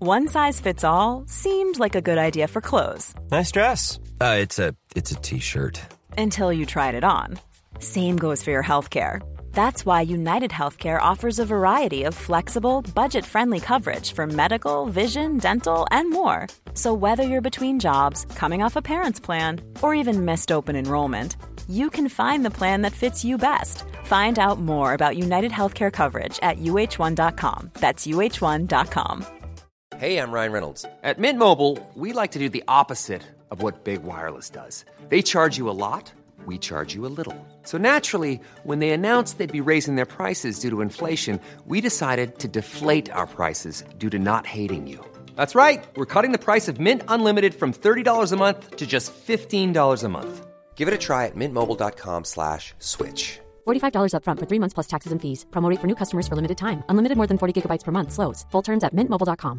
One size fits all seemed like a good idea for clothes. Nice dress. It's a t-shirt. Until you tried it on. Same goes for your healthcare. That's why United Healthcare offers a variety of flexible, budget-friendly coverage for medical, vision, dental, and more. So whether you're between jobs, coming off a parent's plan, or even missed open enrollment, you can find the plan that fits you best. Find out more about United Healthcare coverage at uh1.com. That's uh1.com. Hey, I'm Ryan Reynolds. At Mint Mobile, we like to do the opposite of what Big Wireless does. They charge you a lot, we charge you a little. So naturally, when they announced they'd be raising their prices due to inflation, we decided to deflate our prices due to not hating you. That's right. We're cutting the price of Mint Unlimited from $30 a month to just $15 a month. Give it a try at mintmobile.com/switch. $45 up front for 3 months plus taxes and fees. Promo rate for new customers for limited time. Unlimited more than 40 gigabytes per month. Slows full terms at mintmobile.com.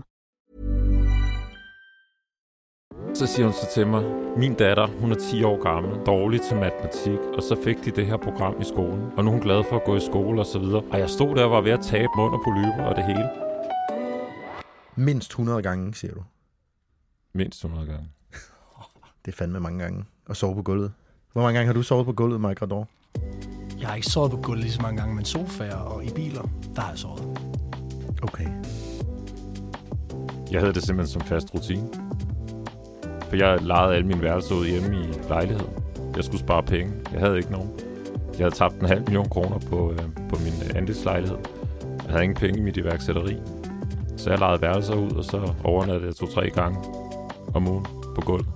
Så siger hun så til mig, min datter, hun er 10 år gammel, dårlig til matematik, og så fik de det her program i skolen. Og nu er hun glad for at gå i skole og så videre. Og jeg stod der og var ved at tabe mund og polyper og det hele. Mindst 100 gange, siger du? Mindst 100 gange. Det er fandme mange gange at sove på gulvet. Hvor mange gange har du sovet på gulvet, Mike Rador? Jeg har ikke sovet på gulvet lige så mange gange, men sofaer og i biler, der har jeg sovet. Okay. Jeg havde det simpelthen som fast rutine. For jeg lejede alle mine værelser ud hjemme i lejligheden. Jeg skulle spare penge. Jeg havde ikke nogen. Jeg havde tabt 500.000 kroner på min andelslejlighed. Jeg havde ingen penge i mit iværksætteri. Så jeg lejede værelser ud, og så overnattede jeg 2-3 gange om ugen på gulvet.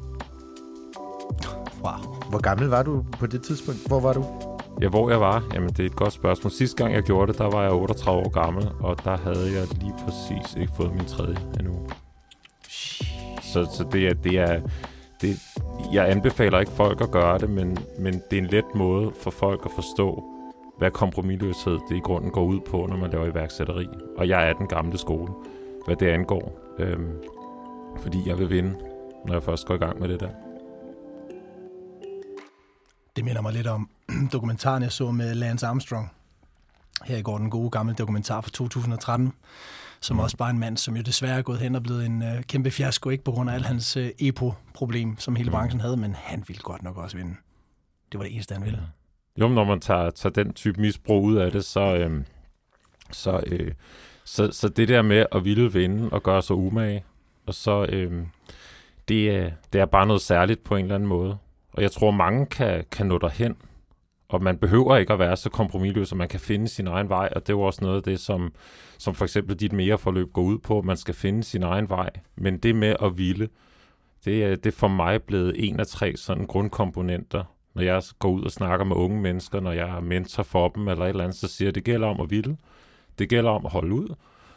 Wow. Hvor gammel var du på det tidspunkt? Hvor var du? Ja, hvor jeg var? Jamen, det er et godt spørgsmål. Sidste gang jeg gjorde det, der var jeg 38 år gammel, og der havde jeg lige præcis ikke fået min 3. endnu. Så det er jeg anbefaler ikke folk at gøre det, men det er en let måde for folk at forstå, hvad kompromisløshed det i grunden går ud på, når man laver iværksætteri. Og jeg er den gamle skole, hvad det angår. Fordi jeg vil vinde, når jeg først går i gang med det der. Det minder mig lidt om dokumentaren, jeg så med Lance Armstrong. Her i går den gode gamle dokumentar fra 2013, som også bare en mand, som jo desværre er gået hen og blevet en kæmpe fiasko, ikke på grund af al hans EPO-problem, som hele branchen havde, men han ville godt nok også vinde. Det var det eneste, han ville. Jo, når man tager den type misbrug ud af det, så det der med at ville vinde og gøre sig umage, og så det er bare noget særligt på en eller anden måde. Og jeg tror, mange kan nå derhen, og man behøver ikke at være så kompromisløs, at man kan finde sin egen vej, og det er jo også noget af det, som for eksempel dit mere-forløb går ud på, man skal finde sin egen vej. Men det med at ville, det er for mig blevet en af 3 sådan grundkomponenter. Når jeg går ud og snakker med unge mennesker, når jeg er mentor for dem eller et eller andet, så siger jeg, det gælder om at ville. Det gælder om at holde ud.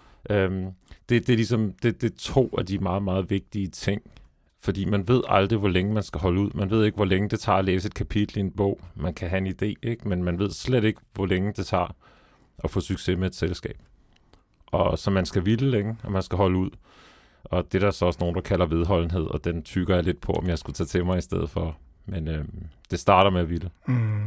Det er ligesom det er 2 af de meget, meget vigtige ting. Fordi man ved aldrig, hvor længe man skal holde ud. Man ved ikke, hvor længe det tager at læse et kapitel i en bog. Man kan have en idé, ikke? Men man ved slet ikke, hvor længe det tager at få succes med et selskab. Og så man skal ville længe, og man skal holde ud. Og det er der så også nogen, der kalder vedholdenhed, og den tykker jeg lidt på, om jeg skulle tage til mig i stedet for. Men det starter med at ville. Mm.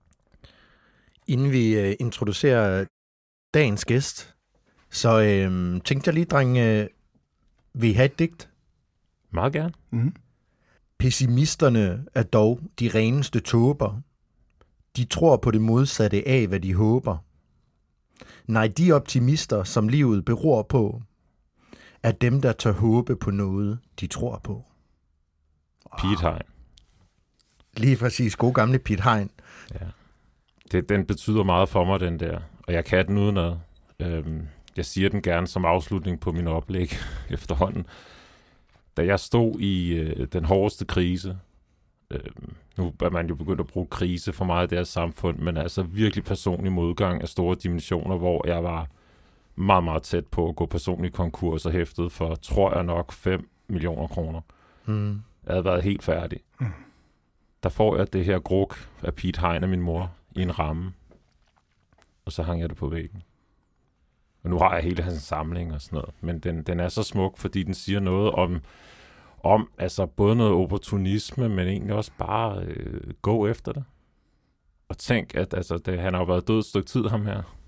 Inden vi introducerer dagens gæst, så tænkte jeg lige, drenge, vil I have et digt? Meget gerne. Mm. Pessimisterne er dog de reneste tåber. De tror på det modsatte af, hvad de håber. Nej, de optimister, som livet beror på, er dem, der tør håbe på noget, de tror på. Piet Hein. Lige præcis. God gamle Piet Hein. Ja. Den betyder meget for mig, den der. Og jeg kan den udenad. Jeg siger den gerne som afslutning på min oplæg efterhånden. Da jeg stod i den hårdeste krise, nu er man jo begyndt at bruge krise for meget i deres samfund, men altså virkelig personlig modgang af store dimensioner, hvor jeg var meget, meget tæt på at gå personlig konkurs og hæftet for, tror jeg nok, 5 millioner kroner. Mm. Jeg havde været helt færdig. Mm. Der får jeg det her gruk af Piet Hein af min mor i en ramme, og så hang jeg det på væggen. Og nu har jeg hele hans samling og sådan noget, men den er så smuk, fordi den siger noget om altså både noget opportunisme, men egentlig også bare gå efter det. Og tænk, at altså, han har jo været død et stykke tid, ham her.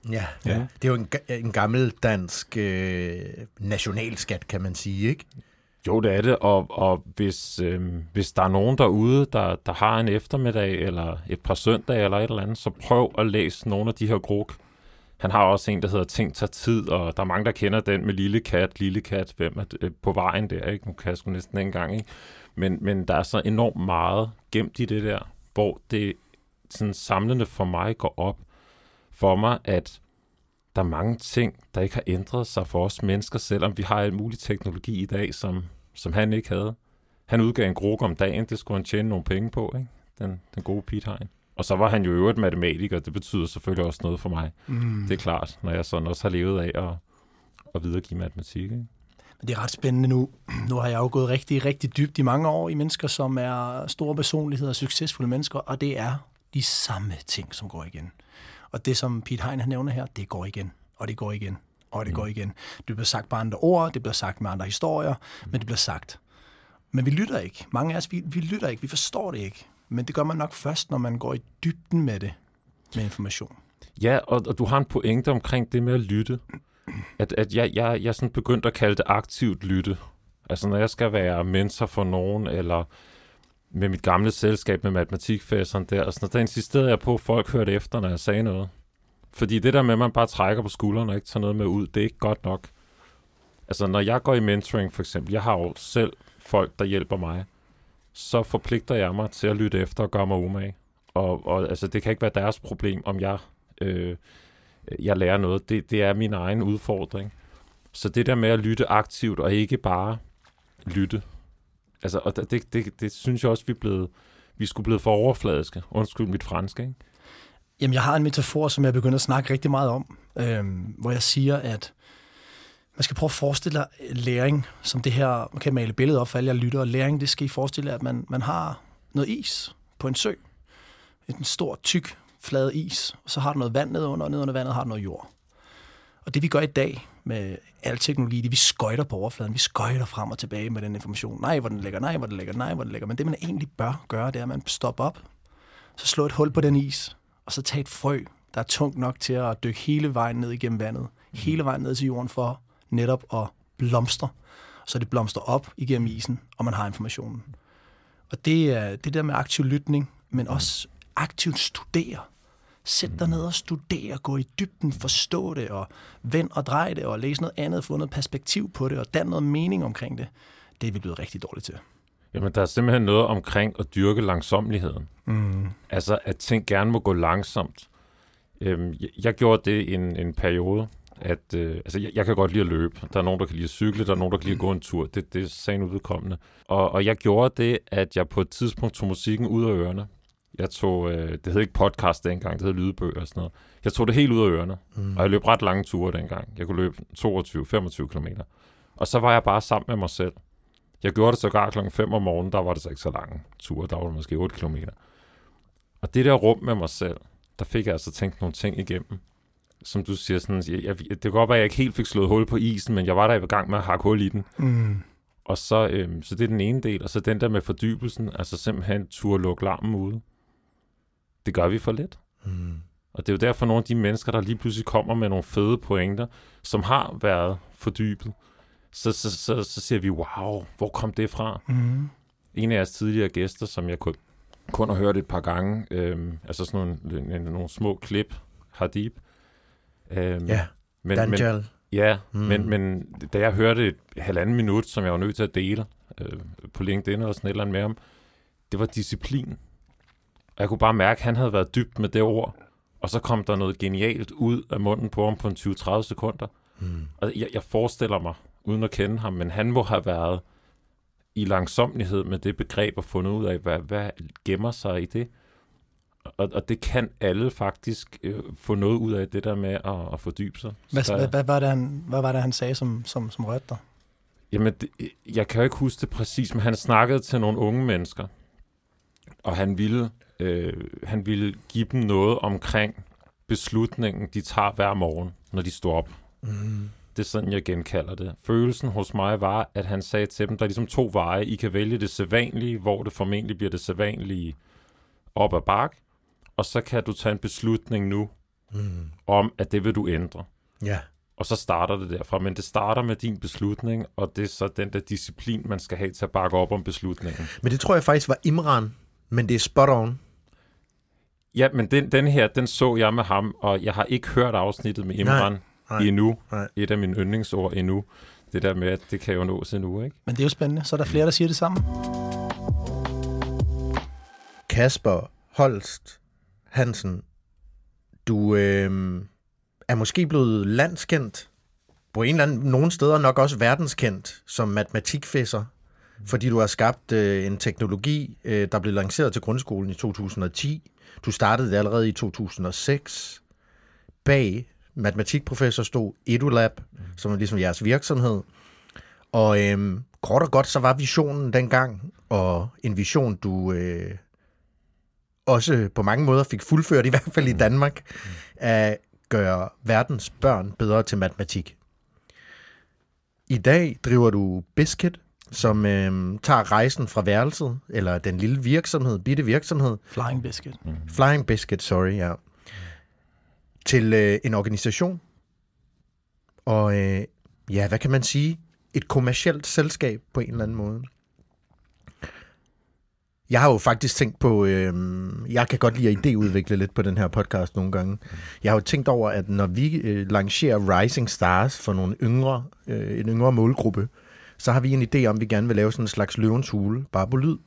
Ja. Det er jo en gammel dansk nationalskat, kan man sige, ikke? Jo, det er det, og hvis der er nogen derude, der har en eftermiddag, eller et par søndage, eller et eller andet, så prøv at læse nogle af de her gruk. Han har også en, der hedder Ting tager tid, og der er mange, der kender den med Lille kat, hvem er på vejen der, ikke? Nu kan jeg sgu næsten ikke engang, ikke? Men der er så enormt meget gemt i det der, hvor det sådan samlende for mig går op for mig, at der er mange ting, der ikke har ændret sig for os mennesker, selvom vi har al mulig teknologi i dag, som han ikke havde. Han udgav en gruk om dagen, det skulle han tjene nogle penge på, ikke? Den gode Piet Hein. Og så var han jo i øvrigt matematiker, det betyder selvfølgelig også noget for mig. Det er klart, når jeg sådan også har levet af at videregive matematik, ikke? Men det er ret spændende nu. Nu har jeg jo gået rigtig, rigtig dybt i mange år i mennesker, som er store personligheder, succesfulde mennesker, og det er de samme ting, som går igen. Og det, som Piet Hein nævner her, det går igen, og det går igen, og det går igen. Det bliver sagt på andre ord, det bliver sagt med andre historier, men det bliver sagt. Men vi lytter ikke. Mange af os, vi lytter ikke, vi forstår det ikke. Men det gør man nok først, når man går i dybden med det, med information. Ja, og du har en pointe omkring det med at lytte. At jeg sådan begyndt at kalde det aktivt lytte. Altså når jeg skal være mentor for nogen, eller med mit gamle selskab med matematikfæseren der, og sådan, der insisterede jeg på, at folk hørte efter, når jeg sagde noget. Fordi det der med, at man bare trækker på skuldrene og ikke tager noget med ud, det er ikke godt nok. Altså når jeg går i mentoring for eksempel, jeg har jo selv folk, der hjælper mig, så forpligter jeg mig til at lytte efter og gøre mig umage. Og altså, det kan ikke være deres problem, om jeg lærer noget. Det er min egen udfordring. Så det der med at lytte aktivt og ikke bare lytte. Altså, og det synes jeg også, vi skulle blive for overfladiske. Undskyld mit fransk, ikke? Jamen, jeg har en metafor, som jeg begynder at snakke rigtig meget om, hvor jeg siger, at man skal prøve at forestille dig læring, som det her, man kan male billedet op for alle jer lyttere. Læring, det skal I forestille jer, at man har noget is på en sø. En stor, tyk, flad is. Og så har du noget vand nedenunder, og nedenunder vandet har du noget jord. Og det vi gør i dag med al teknologi, det vi skøjter på overfladen. Vi skøjter frem og tilbage med den information. Nej, hvor den ligger, nej, hvor den ligger, nej, hvor den ligger. Men det man egentlig bør gøre, det er, at man stopper op, så slår et hul på den is, og så tager et frø, der er tungt nok til at dykke hele vejen ned igennem vandet. Hele vejen ned til jorden for netop at blomstre. Så det blomstrer op igennem isen, og man har informationen. Og det er det der med aktiv lytning, men også aktivt studere. Sæt dig ned og studere, gå i dybden, forstå det, og vend og drej det, og læse noget andet, få noget perspektiv på det, og danne noget mening omkring det. Det er vi blevet rigtig dårligt til. Jamen, der er simpelthen noget omkring at dyrke langsommeligheden. Altså, at ting gerne må gå langsomt. Jeg gjorde det en periode, at jeg kan godt lide at løbe. Der er nogen, der kan lide at cykle, der er nogen, der kan lide at gå en tur. Det er sagen udvedkommende. Og jeg gjorde det, at jeg på et tidspunkt tog musikken ud af ørerne. Jeg tog, det hed ikke podcast dengang, det hed lydbøger og sådan noget. Jeg tog det helt ud af ørerne, og jeg løb ret lange ture dengang. Jeg kunne løbe 22-25 kilometer. Og så var jeg bare sammen med mig selv. Jeg gjorde det sågar klokken 5 om morgenen, der var det så ikke så lange ture, der var det måske 8 kilometer. Og det der rum med mig selv, der fik jeg altså tænkt nogle ting igennem. Som du siger, sådan, det kan godt være, at jeg ikke helt fik slået hul på isen, men jeg var der i gang med at hakke hul i den. Og så det er den ene del, og så den der med fordybelsen, altså simpelthen turde lukke larmen ude. Det gør vi for lidt. Og det er jo derfor nogle af de mennesker, der lige pludselig kommer med nogle fede pointer, som har været fordybet, så siger vi, wow, hvor kom det fra? En af jeres tidligere gæster, som jeg kun har hørt et par gange, altså sådan nogle små klip, Hadib. Danjal. Men da jeg hørte et 1,5 minut, som jeg var nødt til at dele på LinkedIn eller sådan et eller andet med ham, det var disciplin. Og jeg kunne bare mærke, at han havde været dybt med det ord, og så kom der noget genialt ud af munden på ham på en 20-30 sekunder. Og jeg forestiller mig, uden at kende ham, men han må have været i langsommelighed med det begreb og fundet ud af, hvad gemmer sig i det. Og det kan alle faktisk få noget ud af, det der med at fordybe sig. Hvad var det, han sagde, som rørte dig? Jamen, jeg kan jo ikke huske det præcis, men han snakkede til nogle unge mennesker, og han ville give dem noget omkring beslutningen, de tager hver morgen, når de står op. Det er sådan, jeg genkalder det. Følelsen hos mig var, at han sagde til dem, der er ligesom 2 veje. I kan vælge det sædvanlige, hvor det formentlig bliver det sædvanlige op ad bakke, og så kan du tage en beslutning nu, om, at det vil du ændre. Ja. Og så starter det derfra. Men det starter med din beslutning, og det er så den der disciplin, man skal have til at bakke op om beslutningen. Men det tror jeg faktisk var Imran, men det er spot on. Ja, men den her, den så jeg med ham, og jeg har ikke hørt afsnittet med Imran endnu. Nej. Et af mine yndlingsord endnu. Det der med, at det kan jo nås endnu, ikke? Men det er jo spændende. Så er der flere, der siger det samme. Kasper Holst Hansen, du er måske blevet landskendt, på nogle steder nok også verdenskendt, som matematikfæsser, fordi du har skabt en teknologi, der blev lanceret til grundskolen i 2010. Du startede det allerede i 2006. Bag matematikprofessor stod EduLab, som er ligesom jeres virksomhed. Og kort og godt, så var visionen dengang, og en vision, du også på mange måder fik fuldført, i hvert fald i Danmark, at gøre verdens børn bedre til matematik. I dag driver du Biscuit, som tager rejsen fra værelset, eller den lille virksomhed, bitte virksomhed. Flying Biscuit. Flying Biscuit, sorry, ja. Til en organisation. Og ja, hvad kan man sige? Et kommercielt selskab på en eller anden måde. Jeg har jo faktisk tænkt på, jeg kan godt lide at idéudvikle lidt på den her podcast nogle gange. Jeg har jo tænkt over, at når vi lancerer Rising Stars for nogle en yngre målgruppe, så har vi en idé om, at vi gerne vil lave sådan en slags løvens hule, bare på lyd.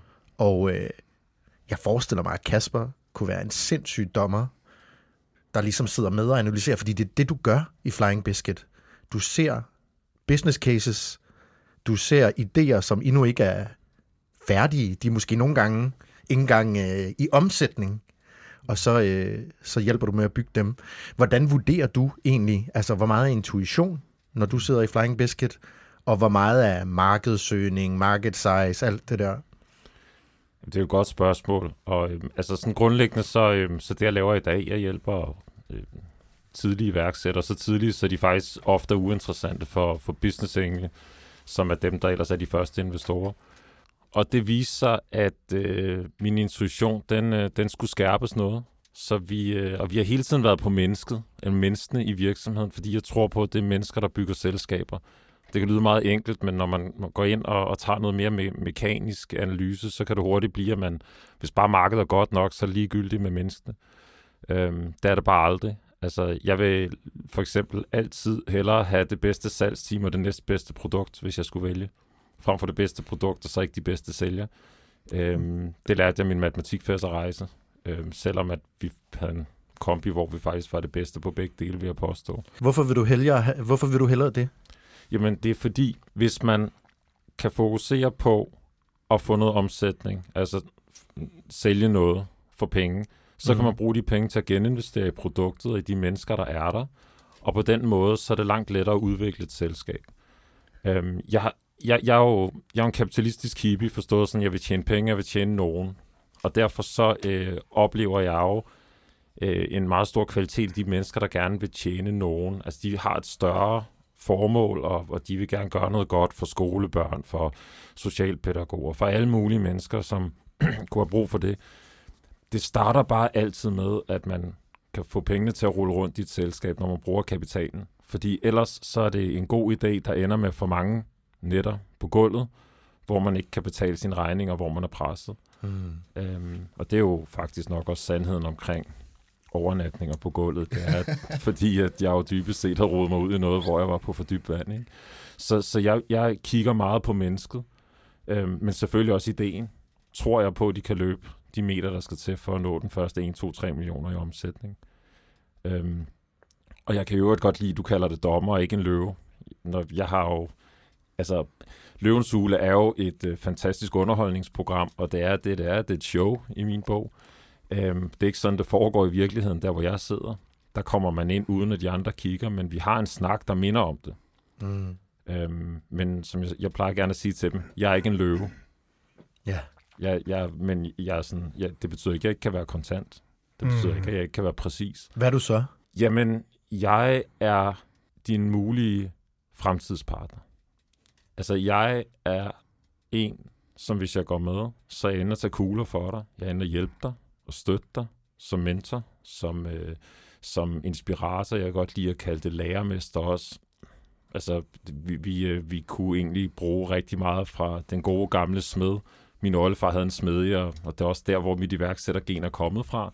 Og jeg forestiller mig, at Kasper kunne være en sindssyg dommer, der ligesom sidder med og analyserer, fordi det er det, du gør i Flying Biscuit. Du ser business cases, du ser idéer, som endnu ikke er færdige. De er måske nogle gange ikke engang i omsætning, og så hjælper du med at bygge dem. Hvordan vurderer du egentlig, altså hvor meget er intuition, når du sidder i Flying Biscuit, og hvor meget er markedssøgning, market size, alt det der? Det er jo et godt spørgsmål, og altså sådan grundlæggende, så det jeg laver i dag, jeg hjælper tidlige iværksættere, så tidligt, så de faktisk ofte er uinteressante for business engle, som er dem, der ellers er de første investorer. Og det viser sig, at min intuition, den skulle skærpes noget. Så vi har hele tiden været på menneskene i virksomheden, fordi jeg tror på, at det er mennesker, der bygger selskaber. Det kan lyde meget enkelt, men når man går ind og tager noget mere mekanisk analyse, så kan det hurtigt blive, at hvis bare markedet er godt nok, så er det ligegyldigt med menneskene. Det er det bare aldrig. Altså, jeg vil for eksempel altid hellere have det bedste salgsteam og det næstbedste produkt, hvis jeg skulle vælge, frem for det bedste produkt, og så ikke de bedste sælger. Det lærte jeg min matematikfæsserrejse, selvom at vi havde en kombi, hvor vi faktisk var det bedste på begge dele, vil jeg påstå. Hvorfor vil du hellere det? Jamen, det er fordi, hvis man kan fokusere på at få noget omsætning, altså sælge noget for penge, så kan man bruge de penge til at geninvestere i produktet og i de mennesker, der er der. Og på den måde, så er det langt lettere at udvikle et selskab. Jeg er jo en kapitalistisk hippie, forstået sådan, jeg vil tjene penge, jeg vil tjene nogen. Og derfor så oplever jeg jo en meget stor kvalitet i de mennesker, der gerne vil tjene nogen. Altså, de har et større formål, og de vil gerne gøre noget godt for skolebørn, for socialpædagoger, for alle mulige mennesker, som kunne have brug for det. Det starter bare altid med, at man kan få pengene til at rulle rundt i et selskab, når man bruger kapitalen. Fordi ellers så er det en god idé, der ender med for mange netter på gulvet, hvor man ikke kan betale sine regninger, hvor man er presset. Og det er jo faktisk nok også sandheden omkring overnatninger på gulvet. Det er, fordi at jeg jo dybest set har rodet mig ud i noget, hvor jeg var på for dybt vand. Ikke? Så jeg kigger meget på mennesket, men selvfølgelig også ideen. Tror jeg på, at de kan løbe de meter, der skal til for at nå den første 1, 2, 3 millioner i omsætning. Og jeg kan jo godt lide, du kalder det dommer og ikke en løve. Når jeg har jo, altså, Løvens Hule er jo et fantastisk underholdningsprogram, og det er et show i min bog. Det er ikke sådan, det foregår i virkeligheden, der hvor jeg sidder. Der kommer man ind, uden at de andre kigger, men vi har en snak, der minder om det. Men som jeg plejer gerne at sige til dem, jeg er ikke en løve. Ja. Men jeg er sådan, det betyder ikke, at jeg ikke kan være kontant. Det betyder ikke, at jeg ikke kan være præcis. Hvad er du så? Jamen, jeg er din mulige fremtidspartner. Altså, jeg er en, som hvis jeg går med, så jeg ender at tage kugler for dig. Jeg ender at hjælpe dig og støtte dig som mentor, som inspirator. Jeg kan godt lide at kalde det lærermester også. Altså, vi kunne egentlig bruge rigtig meget fra den gode gamle smed. Min oldefar havde en smedje, og det er også der, hvor mit iværksættergen er kommet fra.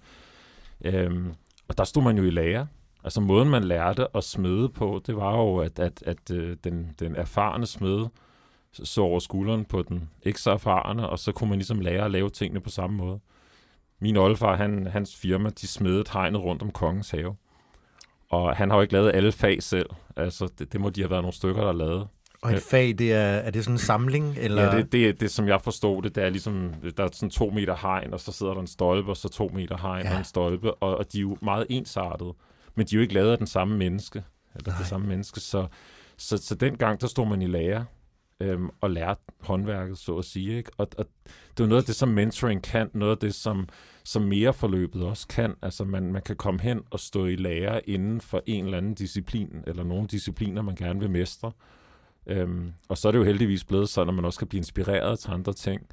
Og der stod man jo i lære. Altså, måden man lærte at smede på, det var jo, at den erfarne smed så over skulderen på den ikke så erfarne, og så kunne man ligesom lære at lave tingene på samme måde. Min oldefar, hans firma, de smedede hegnet rundt om Kongens Have. Og han har jo ikke lavet alle fag selv. Altså, det må de have været nogle stykker, der har lavet. Og et fag, er det sådan en samling? Eller? Ja, det som jeg forstod det, er ligesom, der er sådan 2 meter hegn, og så sidder der en stolpe, og så 2 meter hegn og en stolpe, og de er jo meget ensartede. Men de er jo ikke lavet af den samme menneske. Eller det samme menneske. Så dengang, der stod man i lære og lærte håndværket, så at sige. Ikke? Og det er noget af det, som mentoring kan, noget af det, som mere forløbet også kan. Altså man kan komme hen og stå i lære inden for en eller anden disciplin, eller nogle discipliner, man gerne vil mestre. Og så er det jo heldigvis blevet sådan, at man også kan blive inspireret til andre ting.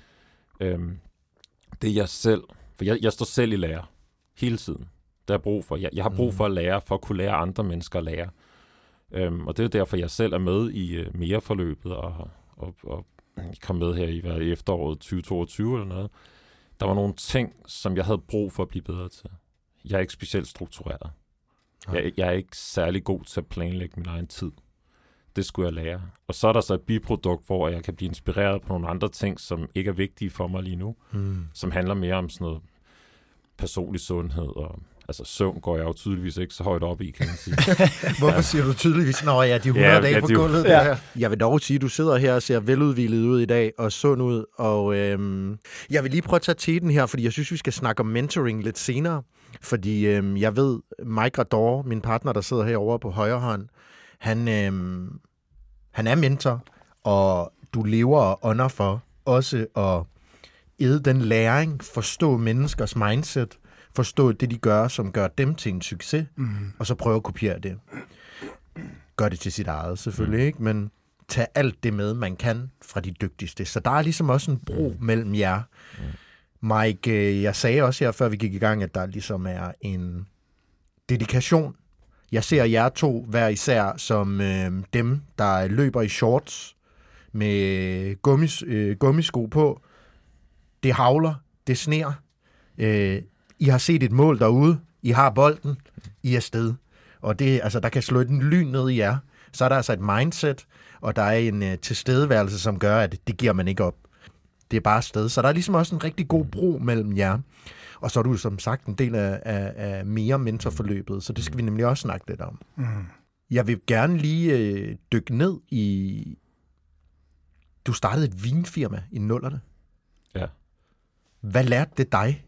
Det er jeg selv, for jeg står selv i lære hele tiden. Der er brug for. Jeg har brug for at lære, for at kunne lære andre mennesker at lære. Og det er derfor, jeg selv er med i mere-forløbet, og kom med her i efteråret 2022 eller noget. Der var nogle ting, som jeg havde brug for at blive bedre til. Jeg er ikke specielt struktureret. Jeg er ikke særlig god til at planlægge min egen tid. Det skulle jeg lære. Og så er der så et biprodukt, hvor jeg kan blive inspireret på nogle andre ting, som ikke er vigtige for mig lige nu. Som handler mere om sådan noget personlig sundhed. Og, altså søvn går jeg jo tydeligvis ikke så højt op i, kan man sige. Hvorfor siger du tydeligvis? Nå ja, de 100 dage på gulvet. Ja. Jeg vil dog sige, at du sidder her og ser veludhvilet ud i dag, og sund ud. Og jeg vil lige prøve at tage teten her, fordi jeg synes, vi skal snakke om mentoring lidt senere. Fordi jeg ved, Mike Rador, min partner, der sidder herovre på højre hånd, han er mentor, og du lever og ånder for også at æde den læring, forstå menneskers mindset, forstå det, de gør, som gør dem til en succes, og så prøve at kopiere det. Gør det til sit eget, selvfølgelig, ikke? Men tag alt det med, man kan fra de dygtigste. Så der er ligesom også en bro mellem jer. Mike, jeg sagde også her, før vi gik i gang, at der ligesom er en dedikation. Jeg ser jer to hver især som dem, der løber i shorts med gummisko på. Det havler, det sner. I har set et mål derude. I har bolden. I er sted. Og det, altså, der kan slå en lyn ned i jer. Så er der altså et mindset, og der er en tilstedeværelse, som gør, at det giver man ikke op. Det er bare sted. Så der er ligesom også en rigtig god bro mellem jer. Og så er du som sagt en del af mere mentorforløbet, så det skal vi nemlig også snakke lidt om. Jeg vil gerne lige dykke ned i... Du startede et vinfirma i 00'erne. Ja. Hvad lærte det dig?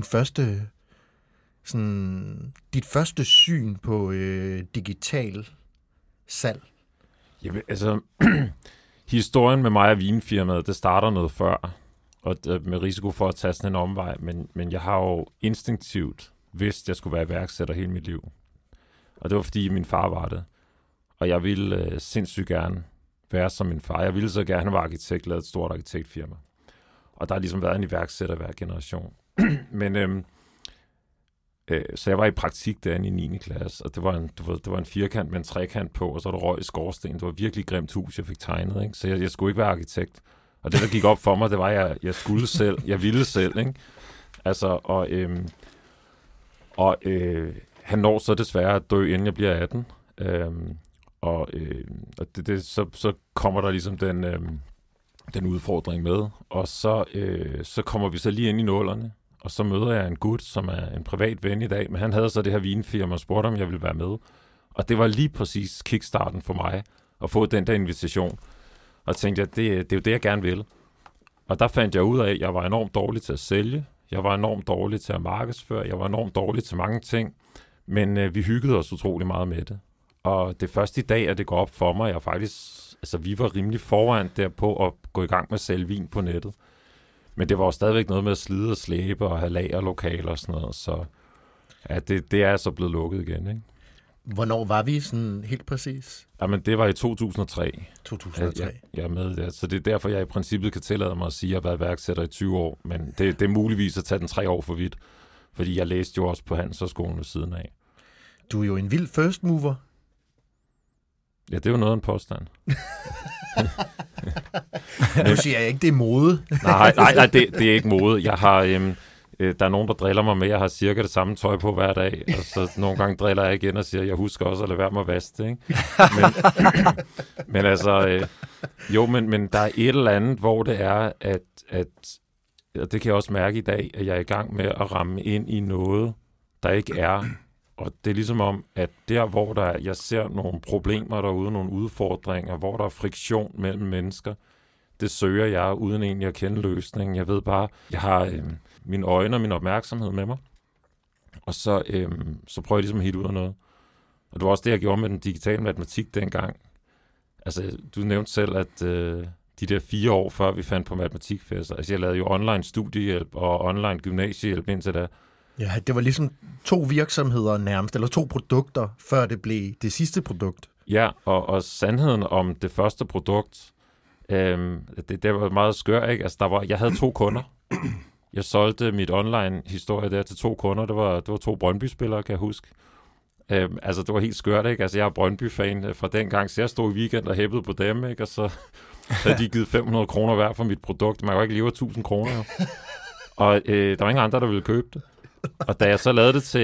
Dit første syn på digital salg? Jamen, altså, historien med mig og vinfirmaet, det starter noget før. Og med risiko for at tage sådan en omvej, men jeg har jo instinktivt vidst, at jeg skulle være iværksætter hele mit liv. Og det var, fordi min far var det. Og jeg ville sindssygt gerne være som min far. Jeg ville så gerne være arkitekt, lave et stort arkitektfirma. Og der har ligesom været en iværksætter hver generation. Men så jeg var i praktik derinde i 9. klasse, og det var en firkant med en trekant på, og så var der røg i skorsten. Det var virkelig et grimt hus, jeg fik tegnet, ikke? Så jeg skulle ikke være arkitekt. Og det, der gik op for mig, det var, at jeg skulle selv. Jeg ville selv, ikke? Altså, og han når så desværre at dø, inden jeg bliver 18. Så kommer der ligesom den udfordring med. Og så kommer vi så lige ind i 00'erne. Og så møder jeg en gut, som er en privat ven i dag. Men han havde så det her vinfirma og spurgte, om jeg ville være med. Og det var lige præcis kickstarten for mig, at få den der invitation. Og tænkte jeg, det er jo det, jeg gerne vil. Og der fandt jeg ud af, at jeg var enormt dårlig til at sælge. Jeg var enormt dårlig til at markedsføre. Jeg var enormt dårlig til mange ting. Men vi hyggede os utrolig meget med det. Og det første i dag, at det går op for mig, vi var rimelig foran derpå at gå i gang med at sælge vin på nettet. Men det var jo stadigvæk noget med at slide og slæbe og have lagerlokaler og sådan noget. Så ja, det er så blevet lukket igen, ikke? Hvornår var vi sådan helt præcis? Jamen, det var i 2003. 2003? Jeg er med der. Så det er derfor, jeg i princippet kan tillade mig at sige, at jeg har været iværksætter i 20 år. Men det er muligvis at tage den 3 år for vidt. Fordi jeg læste jo også på Handelshøjskolen ved siden af. Du er jo en vild first mover. Ja, det er jo noget af en påstand. Nu siger jeg ikke, det er mode. nej, det er ikke mode. Jeg har, der er nogen, der driller mig med, jeg har cirka det samme tøj på hver dag, og så nogle gange driller jeg igen og siger, jeg husker også at lade være med at vaske det, ikke? Men altså, men der er et eller andet, hvor det er, at og det kan jeg også mærke i dag, at jeg er i gang med at ramme ind i noget, der ikke er. Og det er ligesom om, at der, hvor jeg ser nogle problemer derude, nogle udfordringer, hvor der er friktion mellem mennesker, det søger jeg uden egentlig at kende løsningen. Jeg ved bare, jeg har mine øjne og min opmærksomhed med mig, og så prøver jeg ligesom at hitte ud af noget. Og det var også det, jeg gjorde med den digitale matematik dengang. Altså, du nævnte selv, at de der 4 år før vi fandt på matematikfester, altså jeg lavede jo online studiehjælp og online gymnasiehjælp indtil da. Ja, det var ligesom 2 virksomheder nærmest, eller 2 produkter, før det blev det sidste produkt. Ja, og sandheden om det første produkt, det var meget skør, ikke? Altså, jeg havde 2 kunder. Jeg solgte mit online-historie der til 2 kunder. Det var 2 Brøndby-spillere, kan jeg huske. Altså, det var helt skørt, ikke? Altså, jeg er Brøndby-fan fra dengang, så jeg stod i weekend og hæppede på dem, ikke? Og så havde de givet 500 kroner hver for mit produkt. Man kan jo ikke leve af 1000 kroner. Og der var ingen andre, der ville købe det. Og da jeg så lavede det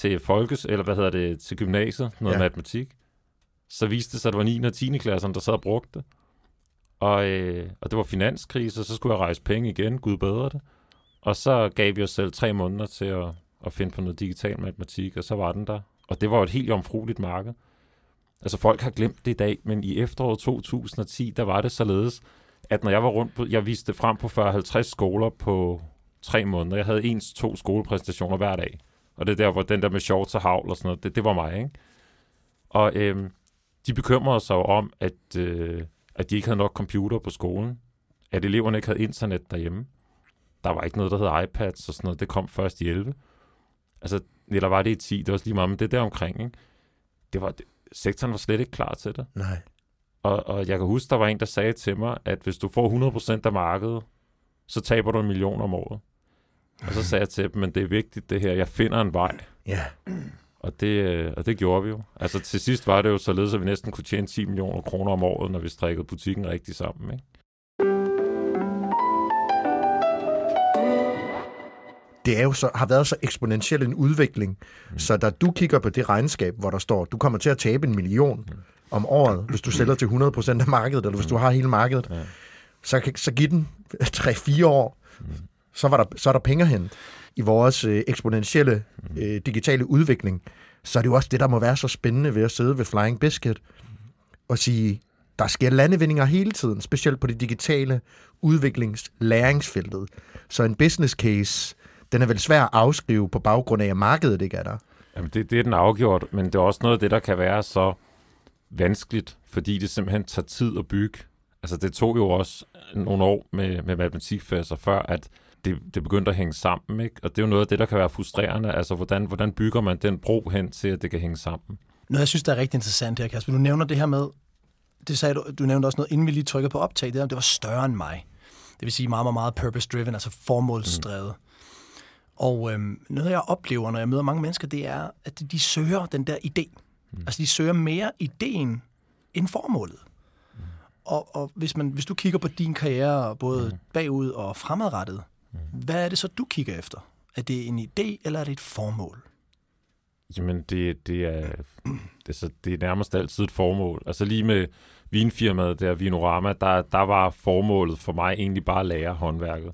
til gymnasiet, noget matematik, så viste det sig, at det var 9. og 10. klasserne, der sad og brugte det. Og det var finanskrise, og så skulle jeg rejse penge igen, Gud bedre det. Og så gav vi os selv 3 måneder til at finde på noget digital matematik, og så var den der. Og det var jo et helt jomfrueligt marked. Altså folk har glemt det i dag, men i efteråret 2010, der var det således, at når jeg var rundt jeg viste det frem på 40-50 skoler på 3 måneder. Jeg havde 1-2 skolepræsentationer hver dag. Og det er der, hvor den der med shorts og havl og sådan noget, det var mig, ikke? Og de bekymrede sig om, at de ikke havde nok computer på skolen. At eleverne ikke havde internet derhjemme. Der var ikke noget, der hed iPads og sådan noget. Det kom først i 11. Altså, eller var det i 10? Det var også lige meget, men det der omkring, ikke? Sektoren var slet ikke klar til det. Nej. Og jeg kan huske, der var en, der sagde til mig, at hvis du får 100% af markedet, så taber du 1 million om året. Og så sagde jeg til dem, men det er vigtigt det her, jeg finder en vej. Ja. Og det gjorde vi jo. Altså til sidst var det jo således, at vi næsten kunne tjene 10 millioner kroner om året, når vi strikkede butikken rigtig sammen, ikke? Det er jo har været så eksponentiel en udvikling, så da du kigger på det regnskab, hvor der står, du kommer til at tabe 1 million om året, hvis du sælger til 100% af markedet, eller hvis du har hele markedet, så giv den 3-4 år, så er der penge hen i vores eksponentielle digitale udvikling. Så er det jo også det, der må være så spændende ved at sidde ved Flying Biscuit og sige, der sker landevindinger hele tiden, specielt på det digitale udviklings-læringsfeltet. Så en business case, den er vel svær at afskrive på baggrund af, at markedet ikke er der. Jamen det er den afgjort, men det er også noget af det, der kan være så vanskeligt, fordi det simpelthen tager tid at bygge. Altså det tog jo også nogle år med matematikfester før, at det begyndte at hænge sammen, ikke? Og det er jo noget af det, der kan være frustrerende. Altså hvordan bygger man den bro hen til, at det kan hænge sammen? Noget, jeg synes, der er rigtig interessant her, Kasper. Du nævner det her med, det sagde du nævnte også noget, inden vi lige trykker på optag, det var større end mig. Det vil sige meget, meget, meget purpose-driven, altså formålsdrevet. Og noget, jeg oplever, når jeg møder mange mennesker, det er, at de søger den der idé. Altså, de søger mere ideen end formålet. Og hvis du kigger på din karriere, både bagud og fremadrettet, hvad er det så, du kigger efter? Er det en idé, eller er det et formål? Jamen, det er nærmest altid et formål. Altså lige med vinfirmaet der, Vinorama, der var formålet for mig egentlig bare at lære håndværket.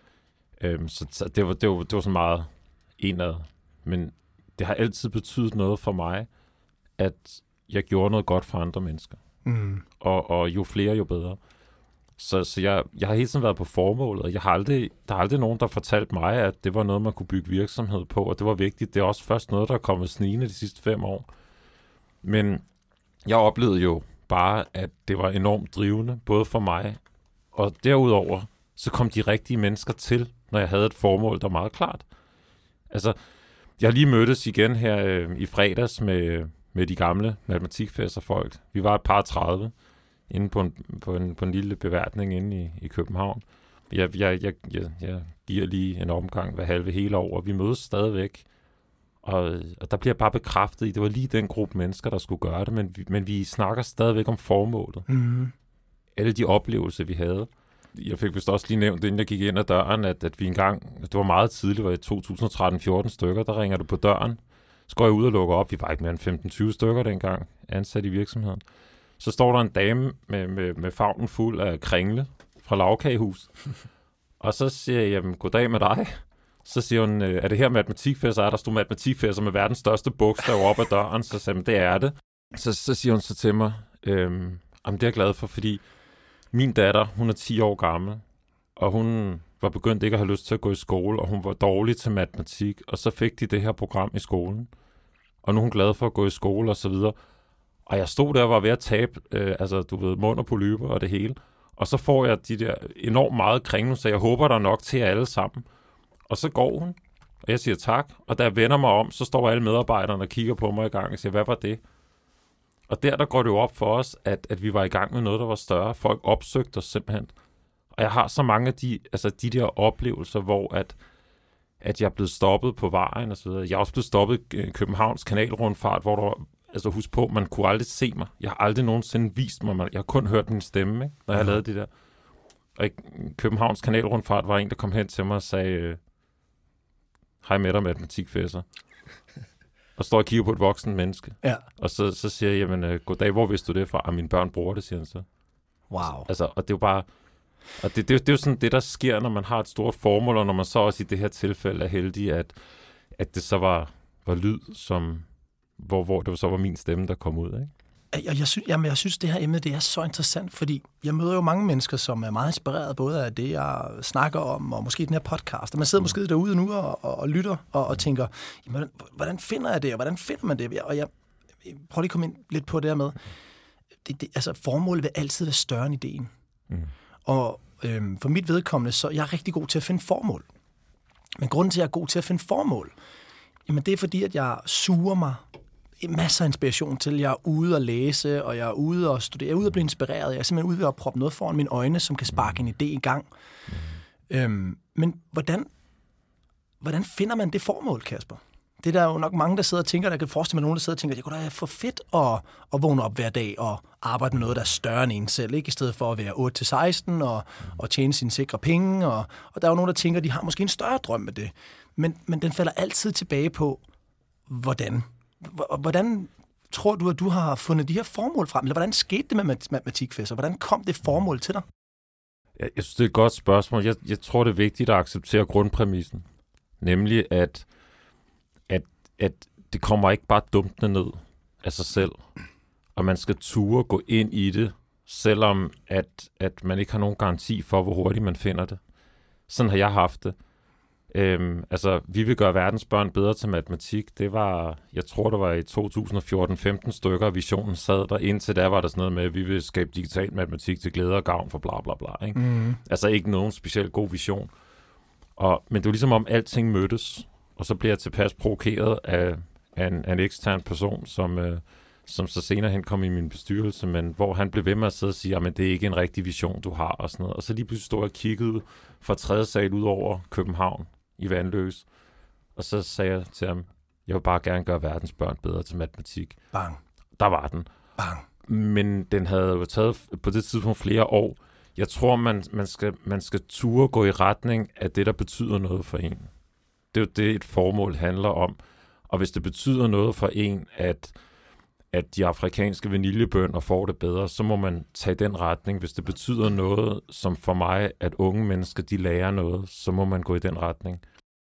Så det var sådan meget indad. Men det har altid betydet noget for mig, at jeg gjorde noget godt for andre mennesker. Og jo flere, jo bedre. Så jeg har hele tiden været på formålet, og der er aldrig nogen, der fortalte mig, at det var noget, man kunne bygge virksomhed på, og det var vigtigt. Det er også først noget, der er kommet snigende de sidste 5 år. Men jeg oplevede jo bare, at det var enormt drivende, både for mig, og derudover, så kom de rigtige mennesker til, når jeg havde et formål, der var meget klart. Altså, jeg har lige mødtes igen her i fredags med de gamle matematikfæsterfolk. Vi var et par 30 inde på en lille beværtning inde i København. Jeg giver lige en omgang hver halve hele år, og vi mødes stadigvæk. Og der bliver bare bekræftet i, det var lige den gruppe mennesker, der skulle gøre det, men vi snakker stadigvæk om formålet. Mm-hmm. Alle de oplevelser, vi havde. Jeg fik vist også lige nævnt, inden jeg gik ind ad døren, at vi engang, det var meget tidligt, var i 2013-14 stykker, der ringer det på døren. Så går jeg ud og lukker op. Vi var ikke mere end 15-20 stykker dengang, ansat i virksomheden. Så står der en dame med favnen fuld af kringle fra Lavkagehus. Og så siger jeg, jamen, goddag med dig. Så siger hun, er det her matematikfæsser? Der stod matematikfæsser med verdens største bogstav op ad døren. Så sagde jeg, det er det. Så siger hun så til mig, jamen, det er jeg glad for, fordi min datter, hun er 10 år gammel, og hun var begyndt ikke at have lyst til at gå i skole, og hun var dårlig til matematik, og så fik de det her program i skolen. Og nu er hun glad for at gå i skole og så videre. Og jeg stod der og var ved at tabe, mund og polyper og det hele. Og så får jeg de der enormt meget kringle, så jeg håber, der er nok til alle sammen. Og så går hun, og jeg siger tak. Og da jeg vender mig om, så står alle medarbejderne og kigger på mig i gang og siger, hvad var det? Og der går det jo op for os, at vi var i gang med noget, der var større. Folk opsøgte os simpelthen. Og jeg har så mange af de der oplevelser, hvor at jeg er blevet stoppet på vejen og så videre. Jeg er også blevet stoppet i Københavns kanalrundfart, hvor der, husk på, man kunne aldrig se mig. Jeg har aldrig nogensinde vist mig. Jeg har kun hørt min stemme, ikke, når jeg lavede det der. Og i Københavns kanalrundfart var en, der kom hen til mig og sagde, hej med dig, matematikfæsser. Og står og kigger på et voksen menneske. Ja. Og så siger jeg, jamen, goddag, hvor vidste du det fra? Mine børn bruger det, siger han så. Wow. Altså, og det er jo bare... Og det er jo sådan det, der sker, når man har et stort formål, og når man så også i det her tilfælde er heldig, at det så var lyd, som, hvor det så var min stemme, der kom ud, ikke? Jeg synes, det her emne, det er så interessant, fordi jeg møder jo mange mennesker, som er meget inspireret, både af det, jeg snakker om, og måske den her podcast. Og man sidder måske derude nu og lytter og tænker, jamen, hvordan finder jeg det, og hvordan finder man det? Og jeg prøver lige at komme ind lidt på det her med, altså formålet vil altid være større end ideen. Mm. Og for mit vedkommende, så jeg er rigtig god til at finde formål. Men grunden til, at jeg er god til at finde formål, jamen det er fordi, at jeg suger mig masser af inspiration til. Jeg er ude at læse, og jeg er ude at studere. Jeg er ude at blive inspireret. Jeg er simpelthen ude at proppe noget foran mine øjne, som kan sparke en idé i gang. Men hvordan finder man det formål, Kasper? Det er der jo nok mange, der sidder og tænker, der kan forestille mig nogen, der sidder og tænker, det kunne da være for fedt at vågne op hver dag og arbejde med noget, der er større end en selv, ikke? I stedet for at være 8-16 og tjene sine sikre penge. Og der er jo nogen, der tænker, de har måske en større drøm med det. Men den falder altid tilbage på, hvordan. Hvordan tror du, at du har fundet de her formål frem? Eller hvordan skete det med matematikfæsser? Hvordan kom det formål til dig? Jeg synes, det er et godt spørgsmål. Jeg tror, det er vigtigt at acceptere grundpræmissen. Nemlig, at det kommer ikke bare dumpende ned af sig selv. Og man skal ture gå ind i det, selvom at man ikke har nogen garanti for, hvor hurtigt man finder det. Sådan har jeg haft det. Vi vil gøre verdens børn bedre til matematik. Det var, jeg tror, det var i 2014-15 stykker, visionen sad der. Indtil da var der sådan noget med, at vi vil skabe digital matematik til glæde og gavn for bla bla bla. Ikke? Mm. Altså ikke nogen specielt god vision. Men det var ligesom om alting mødtes. Og så blev jeg tilpas provokeret af en ekstern person, som så senere hen kom i min bestyrelse, men hvor han blev ved med at sidde og sige, at det er ikke en rigtig vision, du har, og sådan noget. Og så lige pludselig stod jeg og kiggede fra 3. sal ud over København i Vandløs, og så sagde jeg til ham, jeg vil bare gerne gøre verdens børn bedre til matematik. Bang. Der var den. Bang. Men den havde jo taget på det tidspunkt flere år. Jeg tror, man skal ture gå i retning af det, der betyder noget for en. Det er jo det, et formål handler om. Og hvis det betyder noget for en, at de afrikanske vaniljebønner får det bedre, så må man tage den retning. Hvis det betyder noget, som for mig, at unge mennesker, de lærer noget, så må man gå i den retning.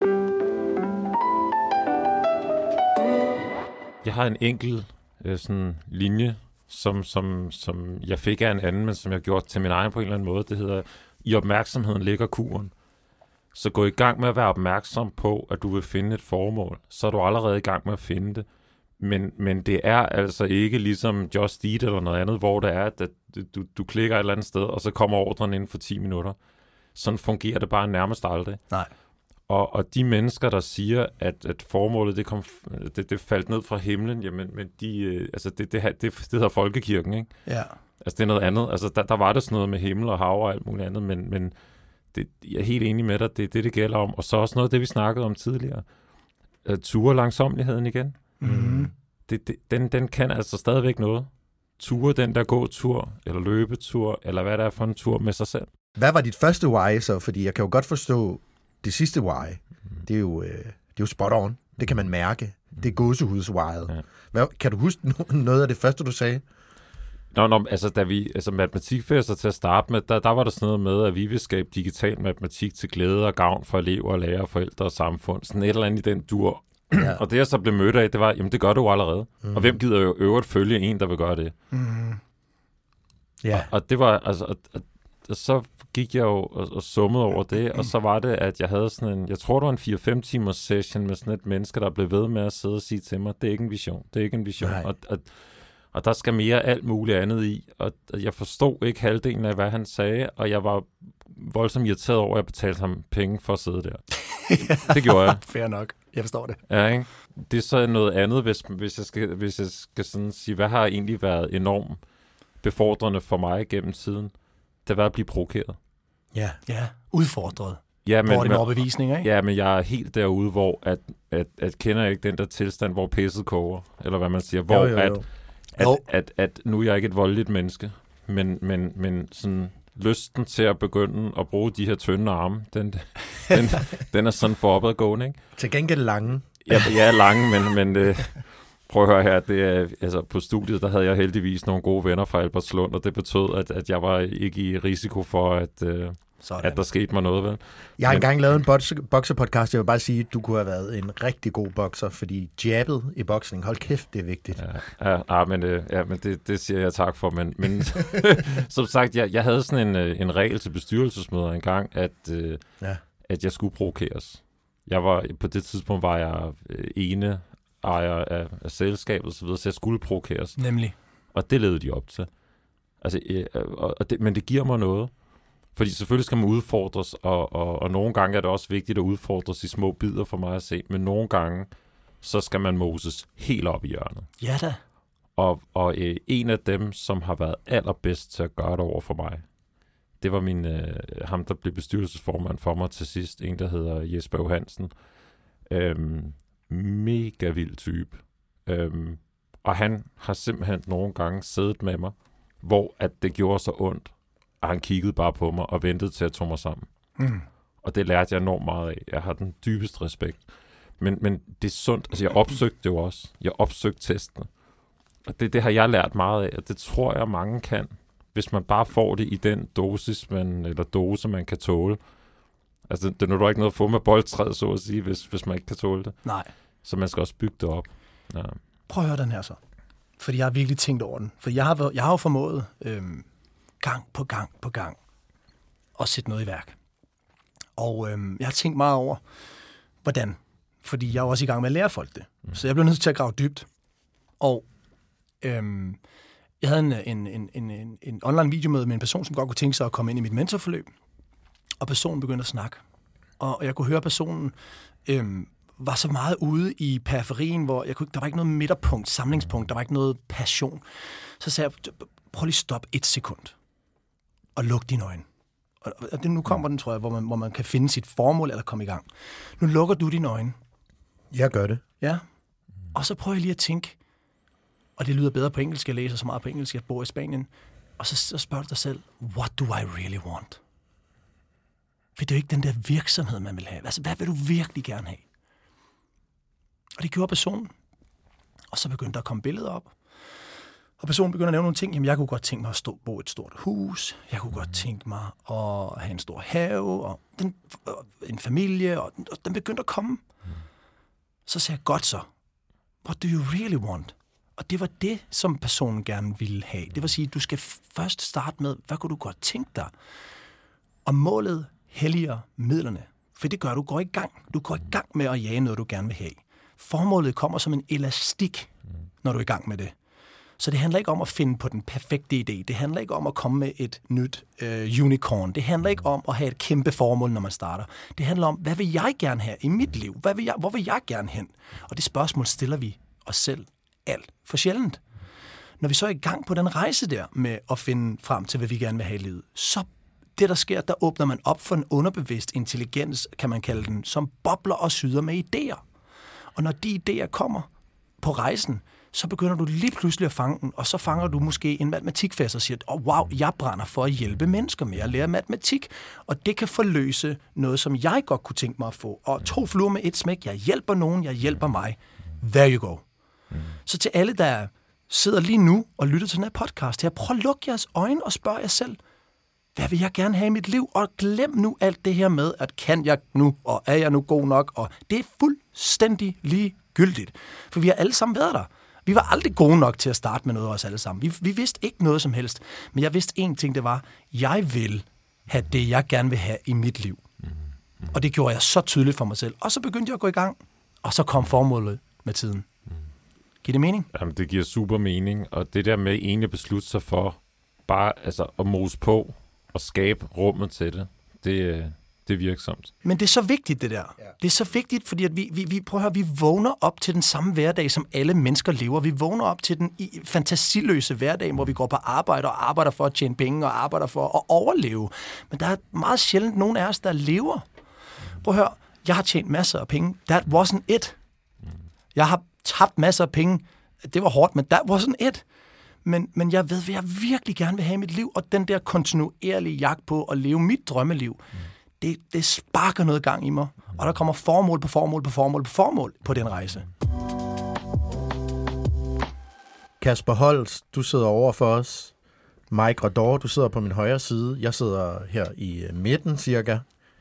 Jeg har en enkel sådan linje, som jeg fik af en anden, men som jeg har gjort til min egen på en eller anden måde. Det hedder, i opmærksomheden ligger kuren. Så gå i gang med at være opmærksom på, at du vil finde et formål. Så er du allerede i gang med at finde det. Men det er altså ikke ligesom Just Eat eller noget andet, hvor det er, at du klikker et eller andet sted, og så kommer ordren inden for 10 minutter. Sådan fungerer det bare nærmest aldrig. Nej. Og de mennesker, der siger, at formålet det faldt ned fra himlen, jamen men det hedder folkekirken, ikke? Ja. Altså det er noget andet. Altså der var det sådan noget med himmel og hav og alt muligt andet, men jeg er helt enig med dig, det er det gælder om. Og så også noget af det, vi snakkede om tidligere. ture langsomligheden igen. Mm. Den kan altså stadigvæk noget. Ture den der gåtur, eller løbetur, eller hvad der er for en tur med sig selv. Hvad var dit første why så? Fordi jeg kan jo godt forstå det sidste why. Det er jo spot on. Det kan man mærke. Det er gåsehuds-why'et. Ja. Kan du huske noget af det første, du sagde? Altså da vi matematikfester til at starte med, der var der sådan noget med, at vi vil skabe digital matematik til glæde og gavn for elever, lærere, forældre og samfund. Sådan et eller andet i den dur. Ja. Og det jeg så blev mødt af, det var, jamen det gør du allerede. Og hvem gider jo øvrigt følge en, der vil gøre det? Ja. Og det var, altså, og så gik jeg jo og summede over det, og så var det, at jeg havde sådan en, jeg tror det var en 4-5 timers session med sådan et menneske, der blev ved med at sidde og sige til mig, det er ikke en vision, det er ikke en vision. Og der skal mere alt muligt andet i, og jeg forstod ikke halvdelen af, hvad han sagde, og jeg var voldsomt irriteret over, at jeg betalte ham penge for at sidde der. Det gjorde jeg. Fair nok. Jeg forstår det. Ja, ikke? Det er så noget andet, hvis jeg skal sådan sige, hvad har egentlig været enormt befordrende for mig gennem tiden? Det var at blive provokeret. Ja, udfordret. Ja, men, hvor er det med overbevisning, ikke? Ja, men jeg er helt derude, hvor at kender jeg ikke den der tilstand, hvor pisset koger, eller hvad man siger, hvor at nu er jeg ikke et voldeligt menneske, men sådan lysten til at begynde at bruge de her tynde arme, den er sådan for opadgående, ikke? Til gengæld lange. Ja, jeg er lange, men prøv at høre her, det er, altså på studiet, der havde jeg heldigvis nogle gode venner fra Albertslund, og det betød, at jeg var ikke i risiko for, at der skete mig noget, vel? Jeg har engang lavet en bokserpodcast, jeg vil bare sige, at du kunne have været en rigtig god bokser, fordi jabbet i boksning, hold kæft, det er vigtigt. Men det siger jeg tak for, men som sagt, jeg havde sådan en regel til bestyrelsesmøder engang, at jeg skulle provokeres. På det tidspunkt var jeg ene ejer af selskabet og så videre, så jeg skulle provokeres. Nemlig. Og det levede de op til. Altså, men det giver mig noget. Fordi selvfølgelig skal man udfordres, og nogle gange er det også vigtigt at udfordres i små bidder for mig at se, men nogle gange, så skal man moses helt op i hjørnet. Ja da. Og en af dem, som har været allerbedst til at gøre det over for mig, det var ham, der blev bestyrelsesformand for mig til sidst, en, der hedder Jesper Johansen. Mega vild type. Og han har simpelthen nogle gange siddet med mig, hvor at det gjorde så ondt, og han kiggede bare på mig og ventede til at tage mig sammen. Og det lærte jeg enormt meget af. Jeg har den dybeste respekt. Men det er sundt. Altså, jeg opsøgte det jo også. Jeg opsøgte testene. Og det har jeg lært meget af, og det tror jeg, mange kan, hvis man bare får det i den dose, man kan tåle. Altså, det er nu ikke noget at få med boldtræet, så at sige, hvis man ikke kan tåle det. Nej. Så man skal også bygge det op. Ja. Prøv at høre den her så. Fordi jeg har virkelig tænkt over den. For jeg har jo formået gang på gang at sætte noget i værk. Og jeg har tænkt meget over, hvordan. Fordi jeg er også i gang med at lære folk det. Så jeg blev nødt til at grave dybt. Og jeg havde en online videomøde med en person, som godt kunne tænke sig at komme ind i mit mentorforløb. Og personen begyndte at snakke. Og jeg kunne høre, at personen var så meget ude i periferien, hvor der var ikke noget midterpunkt, samlingspunkt, der var ikke noget passion. Så sagde jeg, prøv lige stop 1 sekund. Og luk dine øjne. Og nu kommer den, tror jeg, hvor man kan finde sit formål eller komme i gang. Nu lukker du dine øjne. Jeg gør det. Ja. Og så prøver jeg lige at tænke, og det lyder bedre på engelsk, jeg læser så meget på engelsk, jeg bor i Spanien, og så spørger du dig selv, what do I really want? For det er jo ikke den der virksomhed, man vil have. Altså, hvad vil du virkelig gerne have? Og det gjorde personen. Og så begyndte der at komme billeder op. Og personen begyndte at nævne nogle ting. Jamen, jeg kunne godt tænke mig at bo i et stort hus. Jeg kunne godt tænke mig at have en stor have. Og en familie. Og den begyndte at komme. Så sagde jeg, godt så. What do you really want? Og det var det, som personen gerne ville have. Det vil sige, at du skal først starte med, hvad kunne du godt tænke dig? Og målet helliger midlerne. For det gør, du går i gang. Du går i gang med at jage noget, du gerne vil have. Formålet kommer som en elastik, når du er i gang med det. Så det handler ikke om at finde på den perfekte idé. Det handler ikke om at komme med et nyt unicorn. Det handler ikke om at have et kæmpe formål, når man starter. Det handler om, hvad vil jeg gerne have i mit liv? Hvor vil jeg gerne hen? Og det spørgsmål stiller vi os selv alt for sjældent. Når vi så er i gang på den rejse der med at finde frem til, hvad vi gerne vil have i livet, så det, der sker, der åbner man op for en underbevidst intelligens, kan man kalde den, som bobler og syder med idéer. Og når de idéer kommer på rejsen, så begynder du lige pludselig at fange den, og så fanger du måske en matematikfest og siger, wow, jeg brænder for at hjælpe mennesker med at lære matematik, og det kan forløse noget, som jeg godt kunne tænke mig at få. Og 2 fluer med et smæk, jeg hjælper nogen, jeg hjælper mig. There you go. Så til alle, der sidder lige nu og lytter til den her podcast her, prøv at lukke jeres øjne og spørg jer selv, hvad vil jeg gerne have i mit liv? Og glem nu alt det her med, at kan jeg nu, og er jeg nu god nok? Og det er fuldstændig ligegyldigt. For vi har alle sammen været der. Vi var aldrig gode nok til at starte med noget af os alle sammen. Vi vidste ikke noget som helst. Men jeg vidste én ting, det var, jeg vil have det, jeg gerne vil have i mit liv. Og det gjorde jeg så tydeligt for mig selv. Og så begyndte jeg at gå i gang. Og så kom formålet med tiden. Giver det mening? Jamen, det giver super mening. Og det der med egentlig at beslutte sig for bare at mose på og skabe rummet til det, det er virksomt. Men det er så vigtigt, det der. Ja. Det er så vigtigt, fordi at vi vågner op til den samme hverdag, som alle mennesker lever. Vi vågner op til den fantasiløse hverdag, hvor vi går på arbejde og arbejder for at tjene penge og arbejder for at overleve. Men der er meget sjældent nogen af os, der lever. Prøv at høre, jeg har tjent masser af penge. That wasn't it. Jeg har tabt masser af penge. Det var hårdt, men that wasn't it. Men jeg ved, hvad jeg virkelig gerne vil have i mit liv, og den der kontinuerlige jagt på at leve mit drømmeliv, det sparker noget gang i mig, og der kommer formål på formål på formål på formål på den rejse. Kasper Holst, du sidder over for os. Mike Rador, du sidder på min højre side. Jeg sidder her i midten cirka.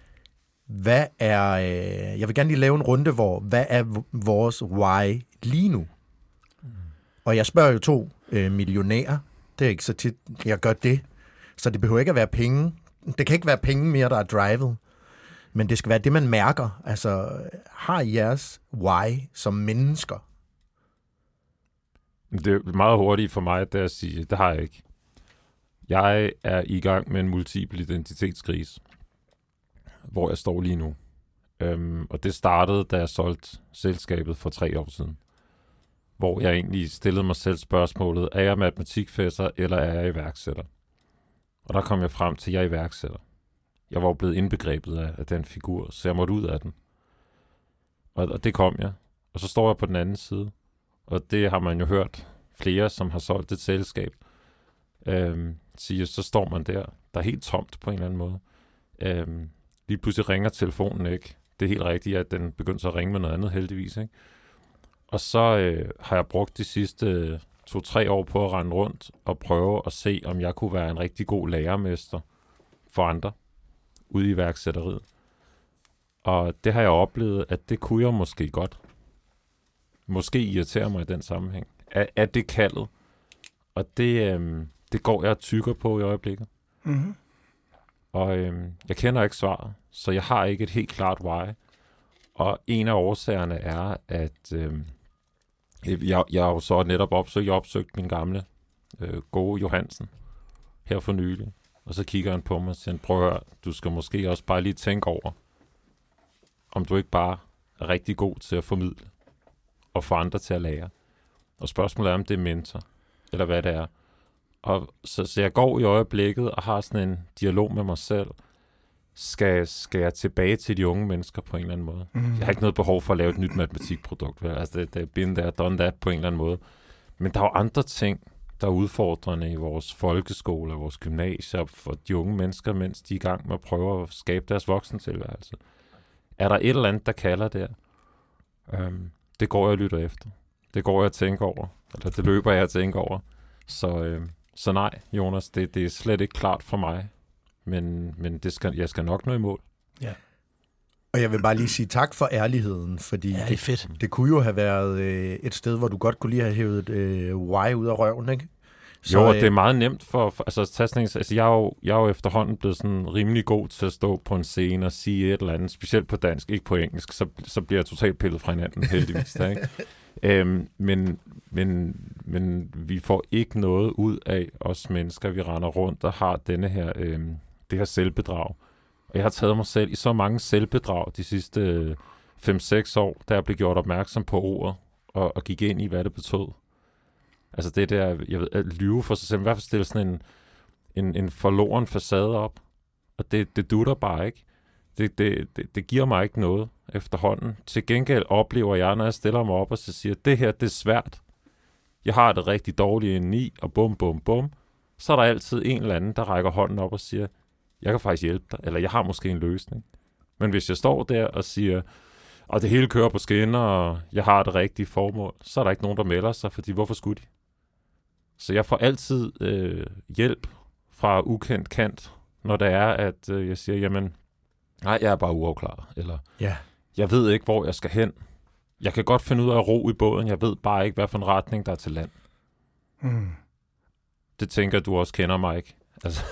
Jeg vil gerne lige lave en runde, hvad er vores why lige nu? Og jeg spørger jo 2 millionærer. Det er ikke så tit, jeg gør det. Så det behøver ikke at være penge. Det kan ikke være penge mere, der er drivet. Men det skal være det, man mærker. Altså, har I jeres why som mennesker? Det er meget hurtigt for mig, at sige, det har jeg ikke. Jeg er i gang med en multiple identitetskrise, hvor jeg står lige nu. Og det startede, da jeg solgte selskabet for 3 år siden. Hvor jeg egentlig stillede mig selv spørgsmålet, er jeg matematikfæsser, eller er jeg iværksætter? Og der kom jeg frem til, at jeg er iværksætter. Jeg var jo blevet indbegrebet af den figur, så jeg måtte ud af den. Og det kom jeg. Og så står jeg på den anden side. Og det har man jo hørt flere, som har solgt et selskab, sige, så står man der er helt tomt på en eller anden måde. Lige pludselig ringer telefonen ikke. Det er helt rigtigt, at den begyndte at ringe med noget andet, heldigvis, ikke? Og så har jeg brugt de sidste 2-3 år på at rende rundt og prøve at se, om jeg kunne være en rigtig god lærermester for andre ude i iværksætteriet. Og det har jeg oplevet, at det kunne jeg måske godt. Måske irriterer mig i den sammenhæng. Er det kaldet? Og det går jeg tykker på i øjeblikket. Mm-hmm. Og jeg kender ikke svaret, så jeg har ikke et helt klart why. Og en af årsagerne er, at jeg har jo så netop opsøgt min gamle gode Johansen her for nylig. Og så kigger han på mig og siger, prøv at høre, du skal måske også bare lige tænke over, om du ikke bare er rigtig god til at formidle og få andre til at lære. Og spørgsmålet er, om det er mentor, eller hvad det er. Og så jeg går i øjeblikket og har sådan en dialog med mig selv. Skal jeg tilbage til de unge mennesker på en eller anden måde? Mm. Jeg har ikke noget behov for at lave et nyt matematikprodukt. Vel? Altså, det er been there, done that på en eller anden måde. Men der er jo andre ting, der er udfordrende i vores folkeskole og vores gymnasier for de unge mennesker, mens de er i gang med at prøve at skabe deres voksentilværelse. Er der et eller andet, der kalder der? Det går jeg og lytter efter. Det går jeg at tænke over. Eller det løber jeg at tænke over. Så nej, Jonas, det er slet ikke klart for mig. Men jeg skal nok nå i mål. Ja. Og jeg vil bare lige sige tak for ærligheden, fordi ja, det er fedt. Det kunne jo have været et sted, hvor du godt kunne lige have hævet why ud af røven, ikke? Så, jo, det er meget nemt jeg er jo efterhånden blevet sådan rimelig god til at stå på en scene og sige et eller andet, specielt på dansk, ikke på engelsk, så bliver jeg totalt pillet fra hinanden, heldigvis. Der, ikke? Men vi får ikke noget ud af os mennesker, vi render rundt og har denne her, det her selvbedrag. Og jeg har taget mig selv i så mange selvbedrag de sidste 5-6 år, da jeg blev gjort opmærksom på ordet og gik ind i, hvad det betød. Altså det der, jeg ved, at lyve for sig selv, i hvert fald stille sådan en forloren facade op. Og det dutter bare ikke. Det giver mig ikke noget. efterhånden. Til gengæld oplever jeg, når jeg stiller mig op og så siger, det her, det er svært. Jeg har det rigtig dårligt indeni, og bum, bum, bum. Så er der altid en eller anden, der rækker hånden op og siger, jeg kan faktisk hjælpe dig, eller jeg har måske en løsning. Men hvis jeg står der og siger, og det hele kører på skinner, og jeg har det rigtige formål, så er der ikke nogen, der melder sig, fordi hvorfor skulle de? Så jeg får altid hjælp fra ukendt kant, når det er, at jeg siger, jamen, nej, jeg er bare uafklaret, eller jeg ved ikke, hvor jeg skal hen. Jeg kan godt finde ud af at ro i båden, jeg ved bare ikke, hvad for en retning, der er til land. Det tænker du også kender, Mike. Altså.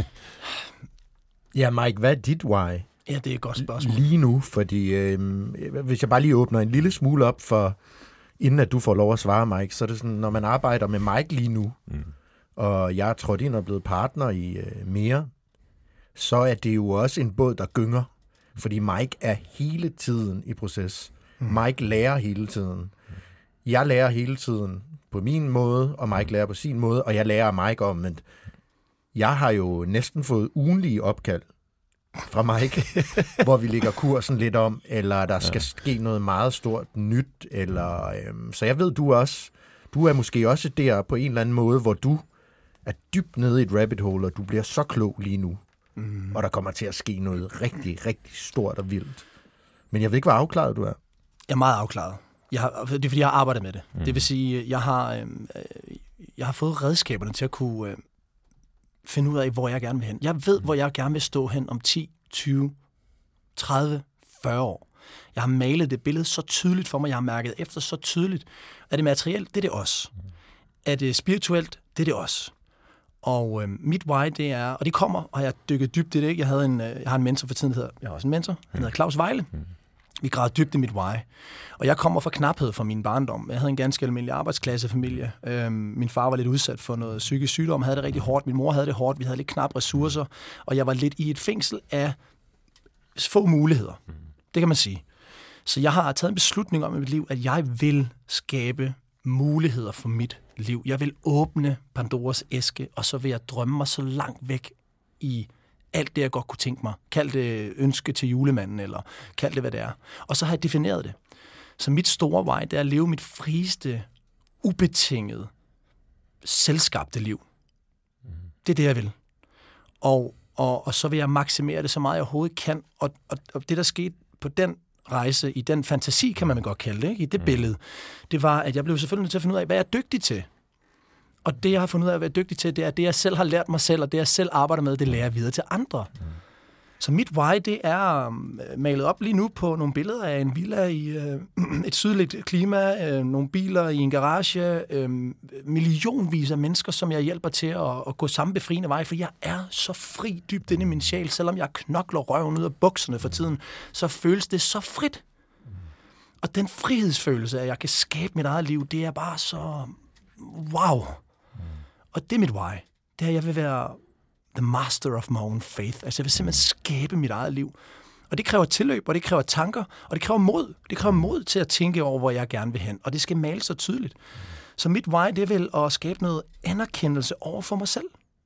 Ja, Mike, hvad er dit why? Ja, det er et godt spørgsmål. Lige nu, fordi hvis jeg bare lige åbner en lille smule op for, inden at du får lov at svare, Mike, så er det sådan, når man arbejder med Mike lige nu, og jeg er trådt ind og blevet partner i mere, så er det jo også en båd, der gynger, fordi Mike er hele tiden i proces. Mike lærer hele tiden. Jeg lærer hele tiden på min måde, og Mike lærer på sin måde, og jeg lærer Mike om, men jeg har jo næsten fået ugenlige opkald fra Mike, hvor vi lægger kursen lidt om, eller der skal ske noget meget stort nyt, eller så jeg ved, du er måske også der på en eller anden måde, hvor du er dybt nede i et rabbit hole, og du bliver så klog lige nu, og der kommer til at ske noget rigtig, rigtig stort og vildt. Men jeg ved ikke, hvor afklaret du er. Jeg er meget afklaret. Det er, fordi jeg har arbejdet med det. Det vil sige, jeg har fået redskaberne til at kunne finde ud af, hvor jeg gerne vil hen. Jeg ved, hvor jeg gerne vil stå hen om 10, 20, 30, 40 år. Jeg har malet det billede så tydeligt for mig. Jeg har mærket efter så tydeligt. Er det materielt? Det er det også. Er det spirituelt? Det er det også. Og mit why, det er, og det kommer, og jeg dykket dybt i det. Jeg har en mentor for tiden, jeg har også en mentor, han hedder Claus Vejle. Vi gravede dybt i mit why. Og jeg kommer fra knaphed fra min barndom. Jeg havde en ganske almindelig arbejdsklassefamilie. Min far var lidt udsat for noget psykisk sygdom, havde det rigtig hårdt. Min mor havde det hårdt. Vi havde lidt knap ressourcer. Og jeg var lidt i et fængsel af få muligheder. Det kan man sige. Så jeg har taget en beslutning om i mit liv, at jeg vil skabe muligheder for mit liv. Jeg vil åbne Pandoras æske, og så vil jeg drømme mig så langt væk i alt det, jeg godt kunne tænke mig. Kald det ønske til julemanden, eller kald det, hvad det er. Og så har jeg defineret det. Så mit store vej, det er at leve mit frieste, ubetingede, selvskabte liv. Det er det, jeg vil. Og så vil jeg maksimere det så meget, jeg overhovedet kan. Og det, der skete på den rejse, i den fantasi, kan man godt kalde det, ikke? I det billede, det var, at jeg blev selvfølgelig nødt til at finde ud af, hvad jeg er dygtig til. Og det, jeg har fundet ud af at være dygtig til, det er det, jeg selv har lært mig selv, og det, jeg selv arbejder med, det lærer jeg videre til andre. Så mit why, det er malet op lige nu på nogle billeder af en villa i et sydligt klima, nogle biler i en garage, millionvis af mennesker, som jeg hjælper til at gå samme befriende vej, for jeg er så fri dybt inde i min sjæl. Selvom jeg knokler røven ud af bukserne for tiden, så føles det så frit. Og den frihedsfølelse, at jeg kan skabe mit eget liv, det er bare så wow. Og det er mit why. Det er, at jeg vil være the master of my own faith. Altså, jeg vil simpelthen skabe mit eget liv. Og det kræver tilløb, og det kræver tanker, og det kræver mod. Det kræver mod til at tænke over, hvor jeg gerne vil hen. Og det skal males så tydeligt. Så mit why, det er vel at skabe noget anerkendelse over for mig selv.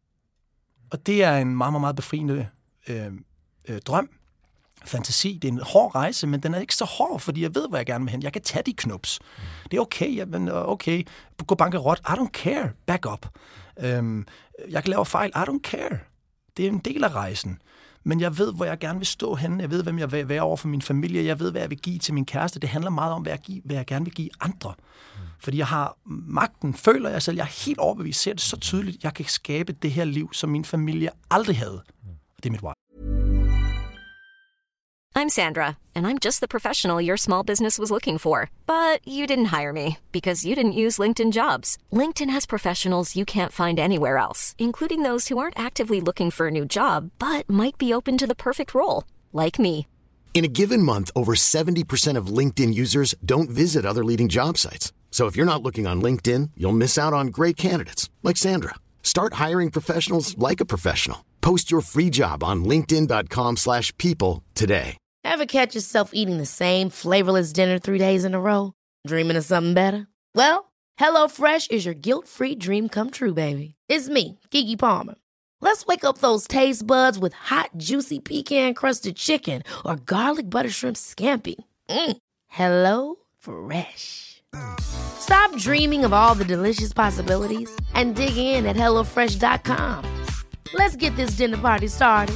Og det er en meget, meget, meget befriende drøm. Fantasi. Det er en hård rejse, men den er ikke så hård, fordi jeg ved, hvor jeg gerne vil hen. Jeg kan tage de knups. Det er okay, men okay. Gå bankerot. I don't care. Back up. Jeg kan lave fejl. I don't care. Det er en del af rejsen. Men jeg ved, hvor jeg gerne vil stå henne. Jeg ved, hvem jeg vil være over for min familie. Jeg ved, hvad jeg vil give til min kæreste. Det handler meget om, hvad jeg gerne vil give andre. Fordi jeg har magten, føler jeg selv. Jeg er helt overbevist. Ser det så tydeligt. Jeg kan skabe det her liv, som min familie aldrig havde. Det er mit why. I'm Sandra, and I'm just the professional your small business was looking for. But you didn't hire me because you didn't use LinkedIn Jobs. LinkedIn has professionals you can't find anywhere else, including those who aren't actively looking for a new job, but might be open to the perfect role, like me. In a given month, over 70% of LinkedIn users don't visit other leading job sites. So if you're not looking on LinkedIn, you'll miss out on great candidates like Sandra. Start hiring professionals like a professional. Post your free job on linkedin.com/people today. Ever catch yourself eating the same flavorless dinner 3 days in a row? Dreaming of something better? Well, HelloFresh is your guilt-free dream come true, baby. It's me, Keke Palmer. Let's wake up those taste buds with hot, juicy pecan-crusted chicken or garlic butter shrimp scampi. Hello Fresh. Stop dreaming of all the delicious possibilities and dig in at HelloFresh.com. Let's get this dinner party started.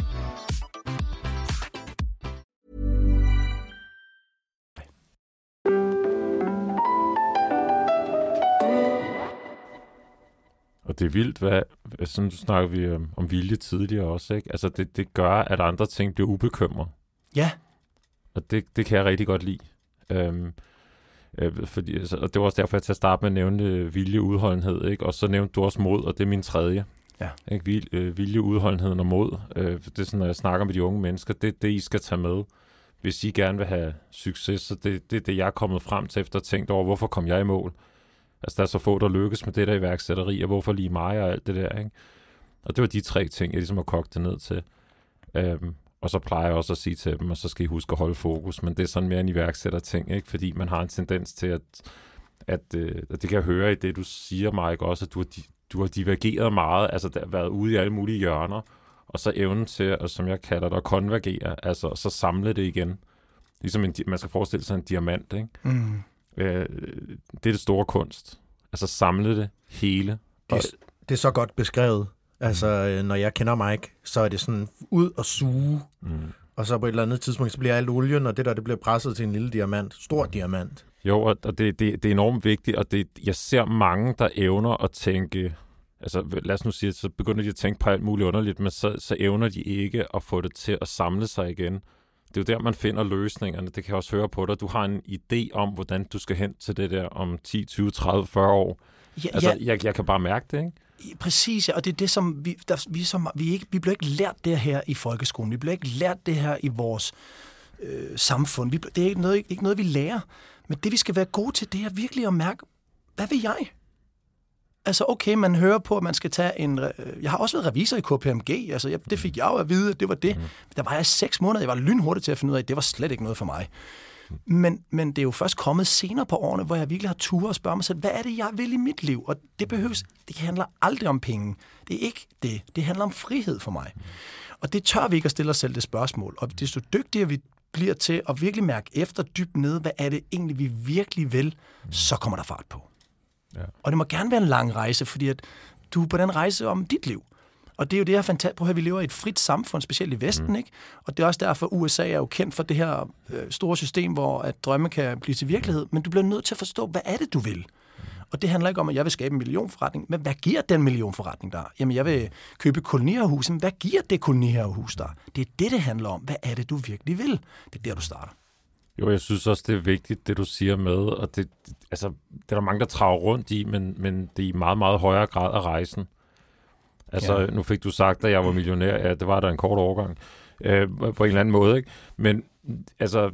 Og det er vildt, hvad sådan snakker vi om vilje tidligere også, ikke? Altså det gør, at andre ting bliver ubekymret. Ja. Og det kan jeg rigtig godt lide. Fordi, og det var også derfor, jeg til at starte med at nævne vilje, udholdenhed, ikke? Og så nævnte du også mod, og det er min tredje. Ja. Ikke? Vilje, udholdenheden og mod. Det er sådan, når jeg snakker med de unge mennesker, det er det, I skal tage med. Hvis I gerne vil have succes, så det er det, jeg er kommet frem til efter at tænke over, hvorfor kom jeg i mål? Altså, der er så få, der lykkes med det der iværksætteri, og hvorfor lige mig og alt det der, ikke? Og det var de 3 ting, jeg ligesom har kogt det ned til. Og så plejer jeg også at sige til dem, og så skal I huske at holde fokus. Men det er sådan mere en iværksætter-ting, ikke? Fordi man har en tendens til, at det kan jeg høre i det, du siger, Mike, også, at du har divergeret meget, altså der har været ude i alle mulige hjørner, og så evnen til, og som jeg kalder det, at konvergere, altså så samle det igen. Ligesom man skal forestille sig en diamant, ikke? Mm. Det er det store kunst. Altså samle det hele. Det er så godt beskrevet. Altså, når jeg kender Mike, så er det sådan ud og suge, og så på et eller andet tidspunkt, så bliver alt olien, og det bliver presset til en lille diamant. Stor diamant. Jo, og det er enormt vigtigt, og jeg ser mange, der evner at tænke, altså lad os nu sige, så begynder de at tænke på alt muligt underligt, men så evner de ikke at få det til at samle sig igen. Det er jo der, man finder løsningerne. Det kan jeg også høre på dig. Du har en idé om, hvordan du skal hen til det der om 10, 20, 30, 40 år. Ja, altså, jeg kan bare mærke det, ikke? Præcis, ja. Og det er det, som vi bliver ikke lært det her i folkeskolen. Vi bliver ikke lært det her i vores samfund. Det er ikke noget, vi lærer. Men det, vi skal være gode til, det er virkelig at mærke, hvad vil jeg? Altså, okay, man hører på, at man skal tage en... Jeg har også været revisor i KPMG. Altså, det fik jeg jo at vide, det var det. Der var jeg i 6 måneder. Jeg var lynhurtig til at finde ud af, at det var slet ikke noget for mig. Men det er jo først kommet senere på årene, hvor jeg virkelig har turet og spørge mig selv, hvad er det, jeg vil i mit liv? Og det handler aldrig om penge. Det er ikke det. Det handler om frihed for mig. Og det tør vi ikke at stille os selv det spørgsmål. Og desto dygtigere vi bliver til at virkelig mærke efter dybt nede, hvad er det egentlig, vi virkelig vil, så kommer der fart på. Ja. Og det må gerne være en lang rejse, fordi at du er på den rejse om dit liv. Og det er jo det her fantastisk. Prøv at vi lever i et frit samfund, specielt i Vesten, ikke? Og det er også derfor, USA er jo kendt for det her store system, hvor at drømme kan blive til virkelighed. Men du bliver nødt til at forstå, hvad er det, du vil? Og det handler ikke om, at jeg vil skabe en millionforretning. Men hvad giver den millionforretning der? Jamen, jeg vil købe kolonihavehus. Men hvad giver det kolonihavehus der? Det er det handler om. Hvad er det, du virkelig vil? Det er der, du starter. Jo, jeg synes også, det er vigtigt, det du siger med, og det er der mange, der traver rundt i, men det er i meget, meget højere grad af rejsen. Altså, Nu fik du sagt, at jeg var millionær. Ja, det var der en kort overgang på en eller anden måde, ikke? Men altså,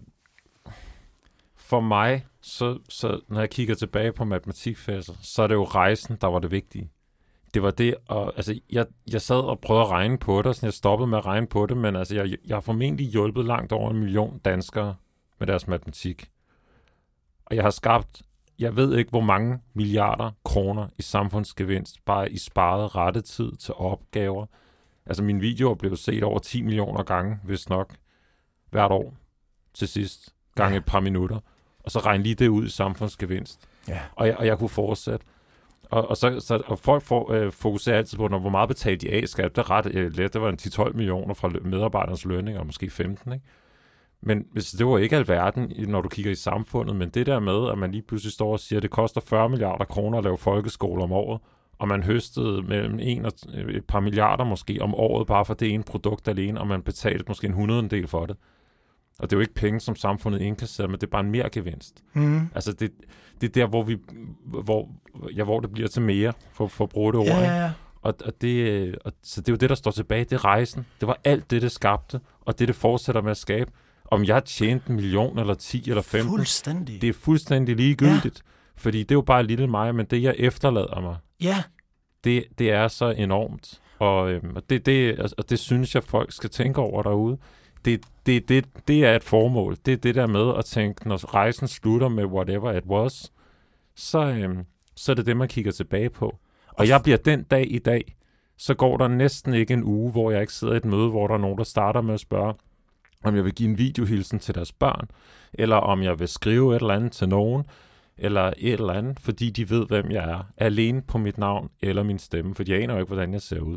for mig, så når jeg kigger tilbage på matematikfaser, så er det jo rejsen, der var det vigtige. Det var det, og altså, jeg sad og prøvede at regne på det, så jeg stoppede med at regne på det, men altså, jeg har formentlig hjulpet langt over 1 million danskere med deres matematik. Og jeg har skabt, jeg ved ikke, hvor mange milliarder kroner i samfundsgevinst, bare i sparet rettetid til opgaver. Altså, mine videoer blev set over 10 millioner gange, hvis nok, hvert år til sidst, gange et par minutter. Og så regn lige det ud i samfundsgevinst. Ja. Og jeg kunne fortsætte. Og folk fokuserer altid på, hvor meget betalte de af skat. Det er ret let. Det var en 10-12 millioner fra medarbejdernes lønninger, måske 15, ikke? Men hvis det var ikke alverden, når du kigger i samfundet, men det der med, at man lige pludselig står og siger, at det koster 40 milliarder kroner at lave folkeskole om året, og man høstede mellem 1 og et par milliarder måske om året, bare for det ene produkt alene, og man betalte måske en 100-del for det. Og det er jo ikke penge, som samfundet indkasserer, men det er bare en mergevinst. Altså det er der, hvor det bliver til mere, for at bruge det ord. Ja. Så det er jo det, der står tilbage. Det er rejsen. Det var alt det skabte, og det fortsætter med at skabe. Om jeg har tjent 1 million, eller 10, eller 15, fuldstændig. Det er fuldstændig ligegyldigt. Ja. Fordi det er jo bare lille mig, men det, jeg efterlader mig, det er så enormt. Og det synes jeg, folk skal tænke over derude. Det er et formål. Det er det der med at tænke, når rejsen slutter med whatever it was, så er det det, man kigger tilbage på. Og jeg bliver den dag i dag så går der næsten ikke en uge, hvor jeg ikke sidder i et møde, hvor der er nogen, der starter med at spørge, om jeg vil give en videohilsen til deres børn, eller om jeg vil skrive et eller andet til nogen, eller et eller andet, fordi de ved, hvem jeg er, alene på mit navn eller min stemme, for de aner jo ikke, hvordan jeg ser ud.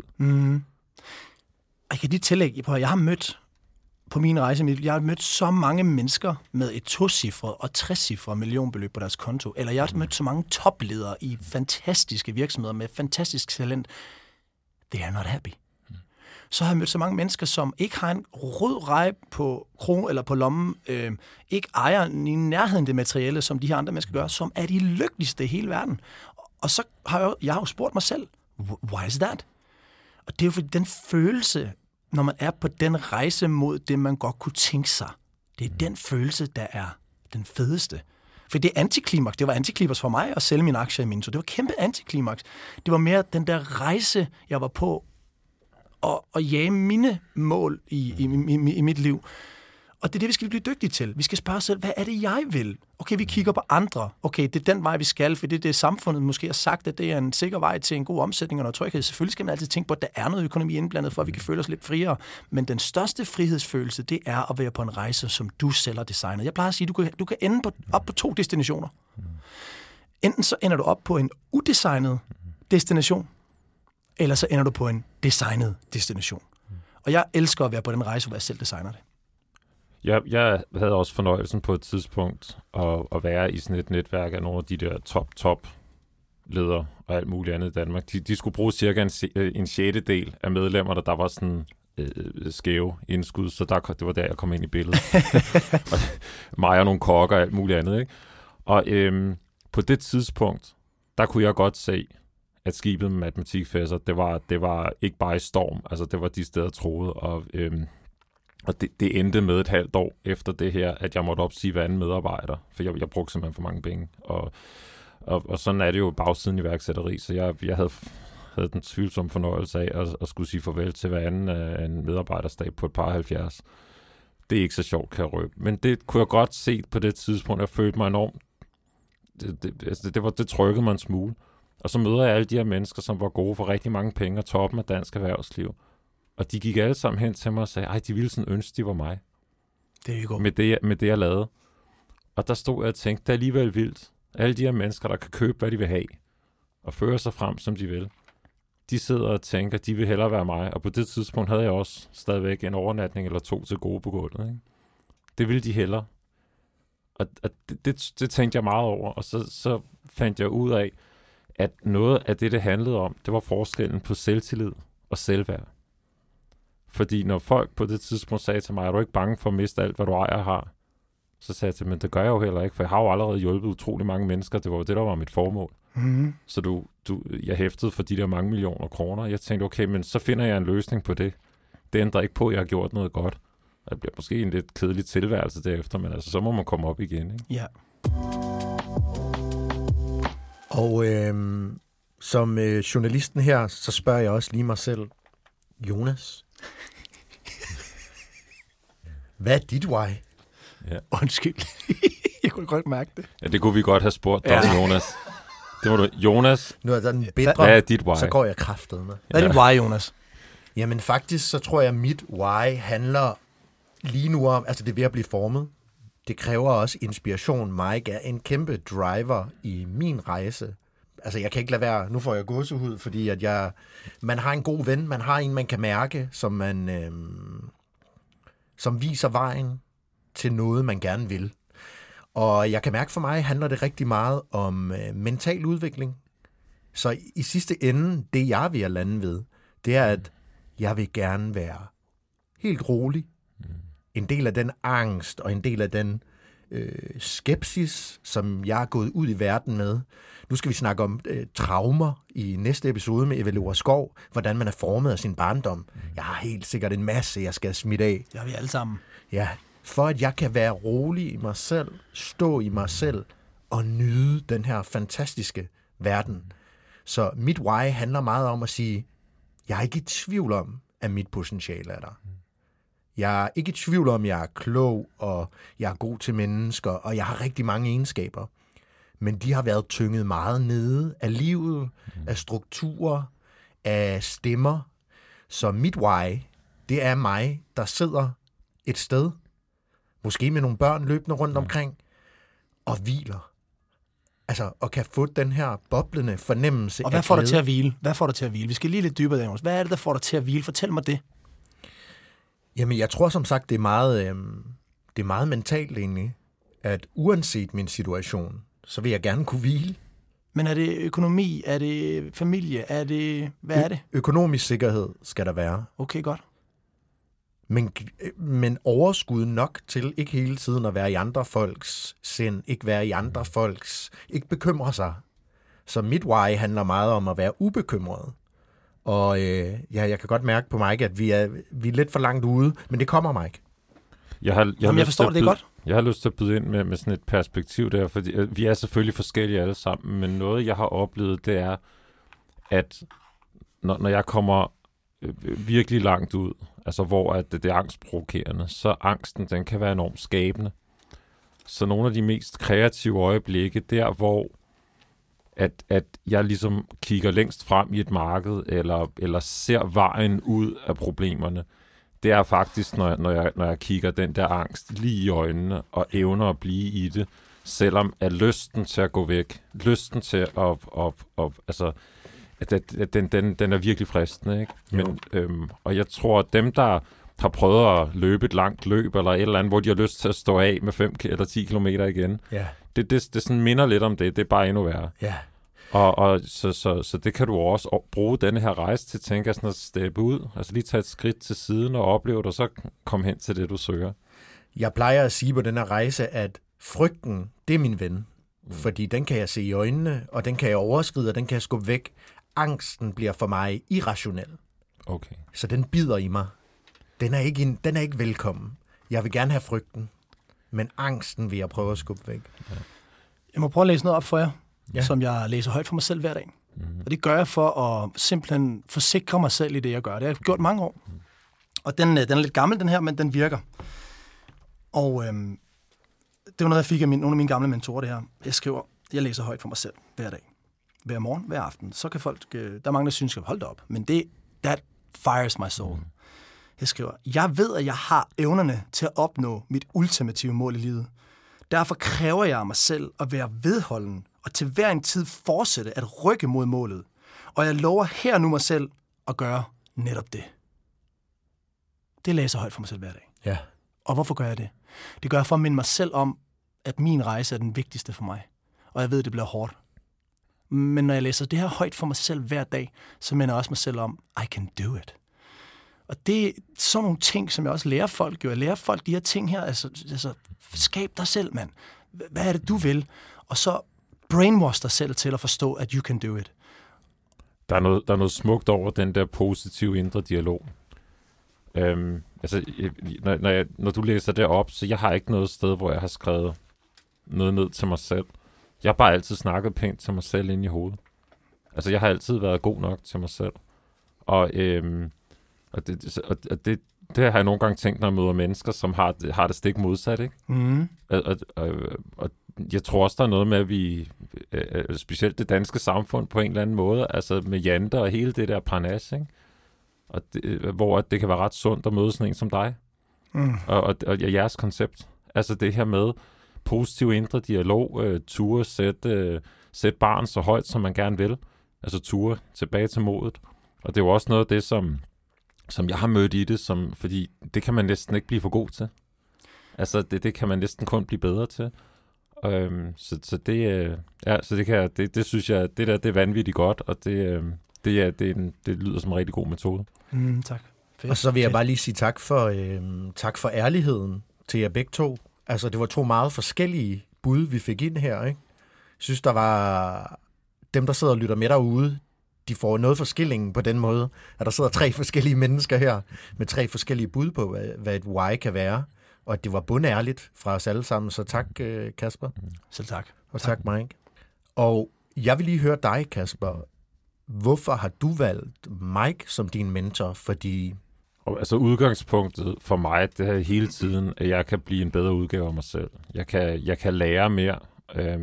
Jeg kan lige tillægge på, at jeg har mødt på min rejse, jeg har mødt så mange mennesker med et 2-cifret og 3-cifret millionbeløb på deres konto, eller jeg har mødt så mange topledere i fantastiske virksomheder med fantastisk talent. They are not happy. Så har jeg mødt så mange mennesker, som ikke har en rød rej på kro eller på lommen, ikke ejer i nærheden det materielle, som de her andre mennesker gør, som er de lykkeligste i hele verden. Og så har jeg jo spurgt mig selv, why is that? Og det er jo fordi den følelse, når man er på den rejse mod det, man godt kunne tænke sig, det er den følelse, der er den fedeste. For det er antiklimaks. Det var antiklimaks for mig at sælge mine aktier i Minto. Det var kæmpe antiklimaks. Det var mere den der rejse, jeg var på, og jage mine mål i mit liv. Og det er det, vi skal blive dygtige til. Vi skal spørge os selv, hvad er det, jeg vil? Okay, vi kigger på andre. Okay, det er den vej, vi skal, for det samfundet måske har sagt, at det er en sikker vej til en god omsætning og noget tryghed. Selvfølgelig skal man altid tænke på, at der er noget økonomi indblandet, for at vi kan føle os lidt friere. Men den største frihedsfølelse, det er at være på en rejse, som du selv har designet. Jeg plejer at sige, at du kan ende op på 2 destinationer. Enten så ender du op på en udesignet destination, eller så ender du på en designet destination. Og jeg elsker at være på den rejse, hvor jeg selv designer det. Jeg havde også fornøjelsen på et tidspunkt at være i sådan et netværk af nogle af de der top ledere og alt muligt andet i Danmark. De skulle bruge cirka en 6. af medlemmer, der var sådan skæve indskud, så det var der, jeg kom ind i billedet. Og mig og nogle kokker og alt muligt andet, ikke? Og på det tidspunkt, der kunne jeg godt se, at skibet med matematikfæsser, det var ikke bare i storm, altså det var de steder troede, og det endte med et halvt år efter det her, at jeg måtte opsige hver anden medarbejder, for jeg brugte simpelthen for mange penge. Og sådan er det jo bagsiden i værksætteri, så jeg havde den tvivlsomme fornøjelse af at skulle sige farvel til hver anden en medarbejderstab på et par 70. Det er ikke så sjovt, kan jeg røbe. Men det kunne jeg godt se på det tidspunkt, jeg følte mig enormt. Det trykkede mig en smule. Og så møder jeg alle de her mennesker, som var gode for rigtig mange penge og toppen af dansk erhvervsliv. Og de gik alle sammen hen til mig og sagde, ej, de ville sådan ønske, de var mig. Det er jo godt. Med det, jeg lavede. Og der stod jeg og tænkte, det er alligevel vildt. Alle de her mennesker, der kan købe, hvad de vil have, og føre sig frem, som de vil, de sidder og tænker, de vil hellere være mig. Og på det tidspunkt havde jeg også stadigvæk en overnatning eller 2 til gode på gulvet. Ikke? Det ville de hellere. Og det tænkte jeg meget over. Og så fandt jeg ud af, at noget af det handlede om, det var forskellen på selvtillid og selvværd. Fordi når folk på det tidspunkt sagde til mig, er du ikke bange for at miste alt, hvad du ejer og har? Så sagde jeg til dem, men det gør jeg jo heller ikke, for jeg har jo allerede hjulpet utrolig mange mennesker. Det var jo det, der var mit formål. Mm-hmm. Så jeg hæftede for de der mange millioner kroner. Jeg tænkte, okay, men så finder jeg en løsning på det. Det ændrer ikke på, at jeg har gjort noget godt. Det bliver måske en lidt kedelig tilværelse derefter, men altså, så må man komme op igen. Ikke? Ja. Og som journalisten her, så spørger jeg også lige mig selv, Jonas, hvad er dit why? Ja. Undskyld. Jeg kunne godt mærke det. Ja, det kunne vi godt have spurgt dig, Jonas. Det var du. Jonas, nu er den bedre, hvad er dit why? Så går jeg kraftet med. Hvad er dit why, Jonas? Jamen faktisk, så tror jeg, at mit why handler lige nu om, altså det er ved at blive formet. Det kræver også inspiration. Mike er en kæmpe driver i min rejse. Altså jeg kan ikke lade være, nu får jeg gåsehud, fordi at man har en god ven, man har en, man kan mærke, som viser vejen til noget, man gerne vil. Og jeg kan mærke, for mig handler det rigtig meget om mental udvikling. Så i sidste ende, det jeg vil lande ved, det er, at jeg vil gerne være helt rolig. En del af den angst og en del af den skepsis, som jeg er gået ud i verden med. Nu skal vi snakke om traumer i næste episode med Evelora Skov, hvordan man er formet af sin barndom. Jeg har helt sikkert en masse, jeg skal smide af. Det har vi alle sammen. Ja, for at jeg kan være rolig i mig selv, stå i mig selv og nyde den her fantastiske verden. Så mit why handler meget om at sige, jeg er ikke i tvivl om, at mit potentiale er der. Jeg er ikke i tvivl om, at jeg er klog, og jeg er god til mennesker, og jeg har rigtig mange egenskaber. Men de har været tynget meget nede af livet, af strukturer, af stemmer. Så mit why, det er mig, der sidder et sted, måske med nogle børn løbende rundt omkring, og hviler. Altså, og kan få den her boblende fornemmelse. Og hvad får dig til at hvile? Hvad får dig til at hvile? Vi skal lige lidt dybere, Daniel. Hvad er det, der får dig til at hvile? Fortæl mig det. Jamen, jeg tror som sagt, det er meget mentalt egentlig, at uanset min situation, så vil jeg gerne kunne hvile. Men er det økonomi? Er det familie? Hvad er det? Økonomisk sikkerhed skal der være. Okay, godt. Men overskud nok til ikke hele tiden at være i andre folks sind, ikke være i andre folks, ikke bekymre sig. Så mit why handler meget om at være ubekymret. Og jeg kan godt mærke på Mike, at vi er lidt for langt ude, men det kommer, Mike. Jeg forstår det godt. Jeg har lyst til at byde ind med sådan et perspektiv der, fordi vi er selvfølgelig forskellige alle sammen, men noget, jeg har oplevet, det er, at når jeg kommer virkelig langt ud, altså hvor at det er angstprovokerende, så angsten, den kan være enormt skabende. Så nogle af de mest kreative øjeblikke, der hvor at jeg ligesom kigger længst frem i et marked, eller ser vejen ud af problemerne, det er faktisk, når jeg kigger den der angst lige i øjnene, og evner at blive i det, selvom at lysten til at gå væk, lysten til altså, at den er virkelig fristende, ikke? Men, og jeg tror, at dem, der har prøvet at løbe et langt løb, eller et eller andet, hvor de har lyst til at stå af med 5 eller 10 kilometer igen, det sådan minder lidt om det. Det er bare endnu værre. Ja. Og så det kan du også bruge denne her rejse til at tænke sådan at steppe ud, altså lige tage et skridt til siden og opleve det, og så komme hen til det, du søger. Jeg plejer at sige på den her rejse, at frygten, det er min ven. Fordi den kan jeg se i øjnene, og den kan jeg overskride, og den kan jeg skubbe væk. Angsten bliver for mig irrationel. Okay. Så den bider i mig. Den er ikke velkommen. Jeg vil gerne have frygten, men angsten vil jeg prøve at skubbe væk. Ja. Jeg må prøve at læse noget op for jer, som jeg læser højt for mig selv hver dag. Og det gør jeg for at simpelthen forsikre mig selv i det, jeg gør. Det har jeg gjort mange år. Og den er lidt gammel, den her, men den virker. Og det var noget, jeg fik af nogle af mine gamle mentorer, det her. Jeg læser højt for mig selv hver dag. Hver morgen, hver aften. Så kan folk, der er mange, der synes, hold da op. Men that fires my soul. Jeg skriver, jeg ved, at jeg har evnerne til at opnå mit ultimative mål i livet. Derfor kræver jeg af mig selv at være vedholden og til hver en tid fortsætte at rykke mod målet. Og jeg lover her nu mig selv at gøre netop det. Det læser højt for mig selv hver dag. Ja. Og hvorfor gør jeg det? Det gør jeg for at minde mig selv om, at min rejse er den vigtigste for mig. Og jeg ved, at det bliver hårdt. Men når jeg læser det her højt for mig selv hver dag, så minder jeg også mig selv om, I can do it. Og det er sådan nogle ting, som jeg også lærer folk. Jeg lærer folk de her ting her. Altså skab dig selv, mand. Hvad er det, du vil? Og så brainwash dig selv til at forstå, at you can do it. Der er noget smukt over den der positive indre dialog. Når du læser det op, så jeg har ikke noget sted, hvor jeg har skrevet noget ned til mig selv. Jeg har bare altid snakket pænt til mig selv inde i hovedet. Altså, jeg har altid været god nok til mig selv. Og det har jeg nogle gange tænkt, når jeg møder mennesker, som har det stik modsat, ikke? Mm. Og jeg tror også, der er noget med, at vi, specielt det danske samfund på en eller anden måde, altså med janter og hele det der parnas, ikke? Og hvor det kan være ret sundt at møde sådan en som dig. Og jeres koncept. Altså det her med positiv indre dialog, ture, sæt barn så højt, som man gerne vil. Altså ture tilbage til modet. Og det er jo også noget af det, som jeg har mødt i det, fordi det kan man næsten ikke blive for god til. Altså det kan man næsten kun blive bedre til. Så det synes jeg, det er vanvittigt godt, og det lyder som en rigtig god metode. Tak. Fedt. Og så vil jeg bare lige sige tak for ærligheden til jer begge to. Altså, det var 2 meget forskellige bud, vi fik ind her, ikke? Jeg synes, der var dem, der sidder og lytter med derude, de får noget forskellingen på den måde, at der sidder 3 forskellige mennesker her, med 3 forskellige bud på, hvad et why kan være. Og at det var bundærligt fra os alle sammen. Så tak, Kasper. Selv tak. Og tak, Mike. Og jeg vil lige høre dig, Kasper. Hvorfor har du valgt Mike som din mentor? Fordi... Altså udgangspunktet for mig, det er hele tiden, at jeg kan blive en bedre udgave af mig selv. Jeg kan lære mere.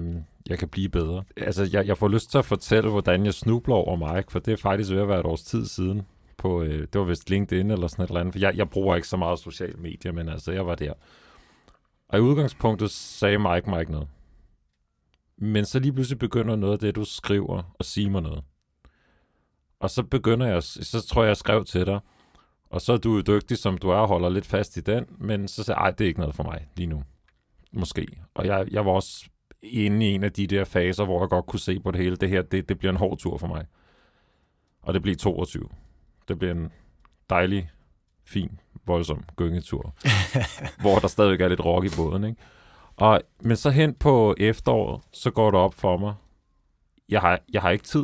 jeg kan blive bedre. Altså, jeg får lyst til at fortælle, hvordan jeg snubler over Mike, for det er faktisk ved at være et års tid siden. Det var vist LinkedIn eller sådan et eller andet, for jeg bruger ikke så meget sociale medier, men altså, jeg var der. Og i udgangspunktet sagde Mike mig ikke noget. Men så lige pludselig begynder noget af det, du skriver, at sige mig noget. Og så tror jeg skrev til dig, og så er du dygtig, som du er, og holder lidt fast i den, men så sagde jeg, det er ikke noget for mig lige nu. Måske. Og jeg var også inde i en af de der faser, hvor jeg godt kunne se på det hele. Det her, det bliver en hård tur for mig. Og det blev 22. Det bliver en dejlig, fin, voldsom gyngetur, hvor der stadigvæk er lidt rock i båden, ikke? Men så hen på efteråret, så går det op for mig. Jeg har ikke tid,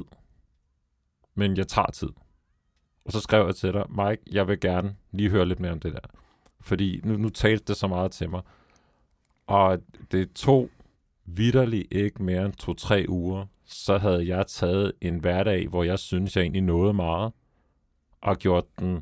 men jeg tager tid. Og så skrev jeg til dig, Mike, jeg vil gerne lige høre lidt mere om det der. Fordi nu talte det så meget til mig. Og det tog vitterligt ikke mere end 2-3 uger, så havde jeg taget en hverdag, hvor jeg synes, jeg egentlig nåede meget, og gjort den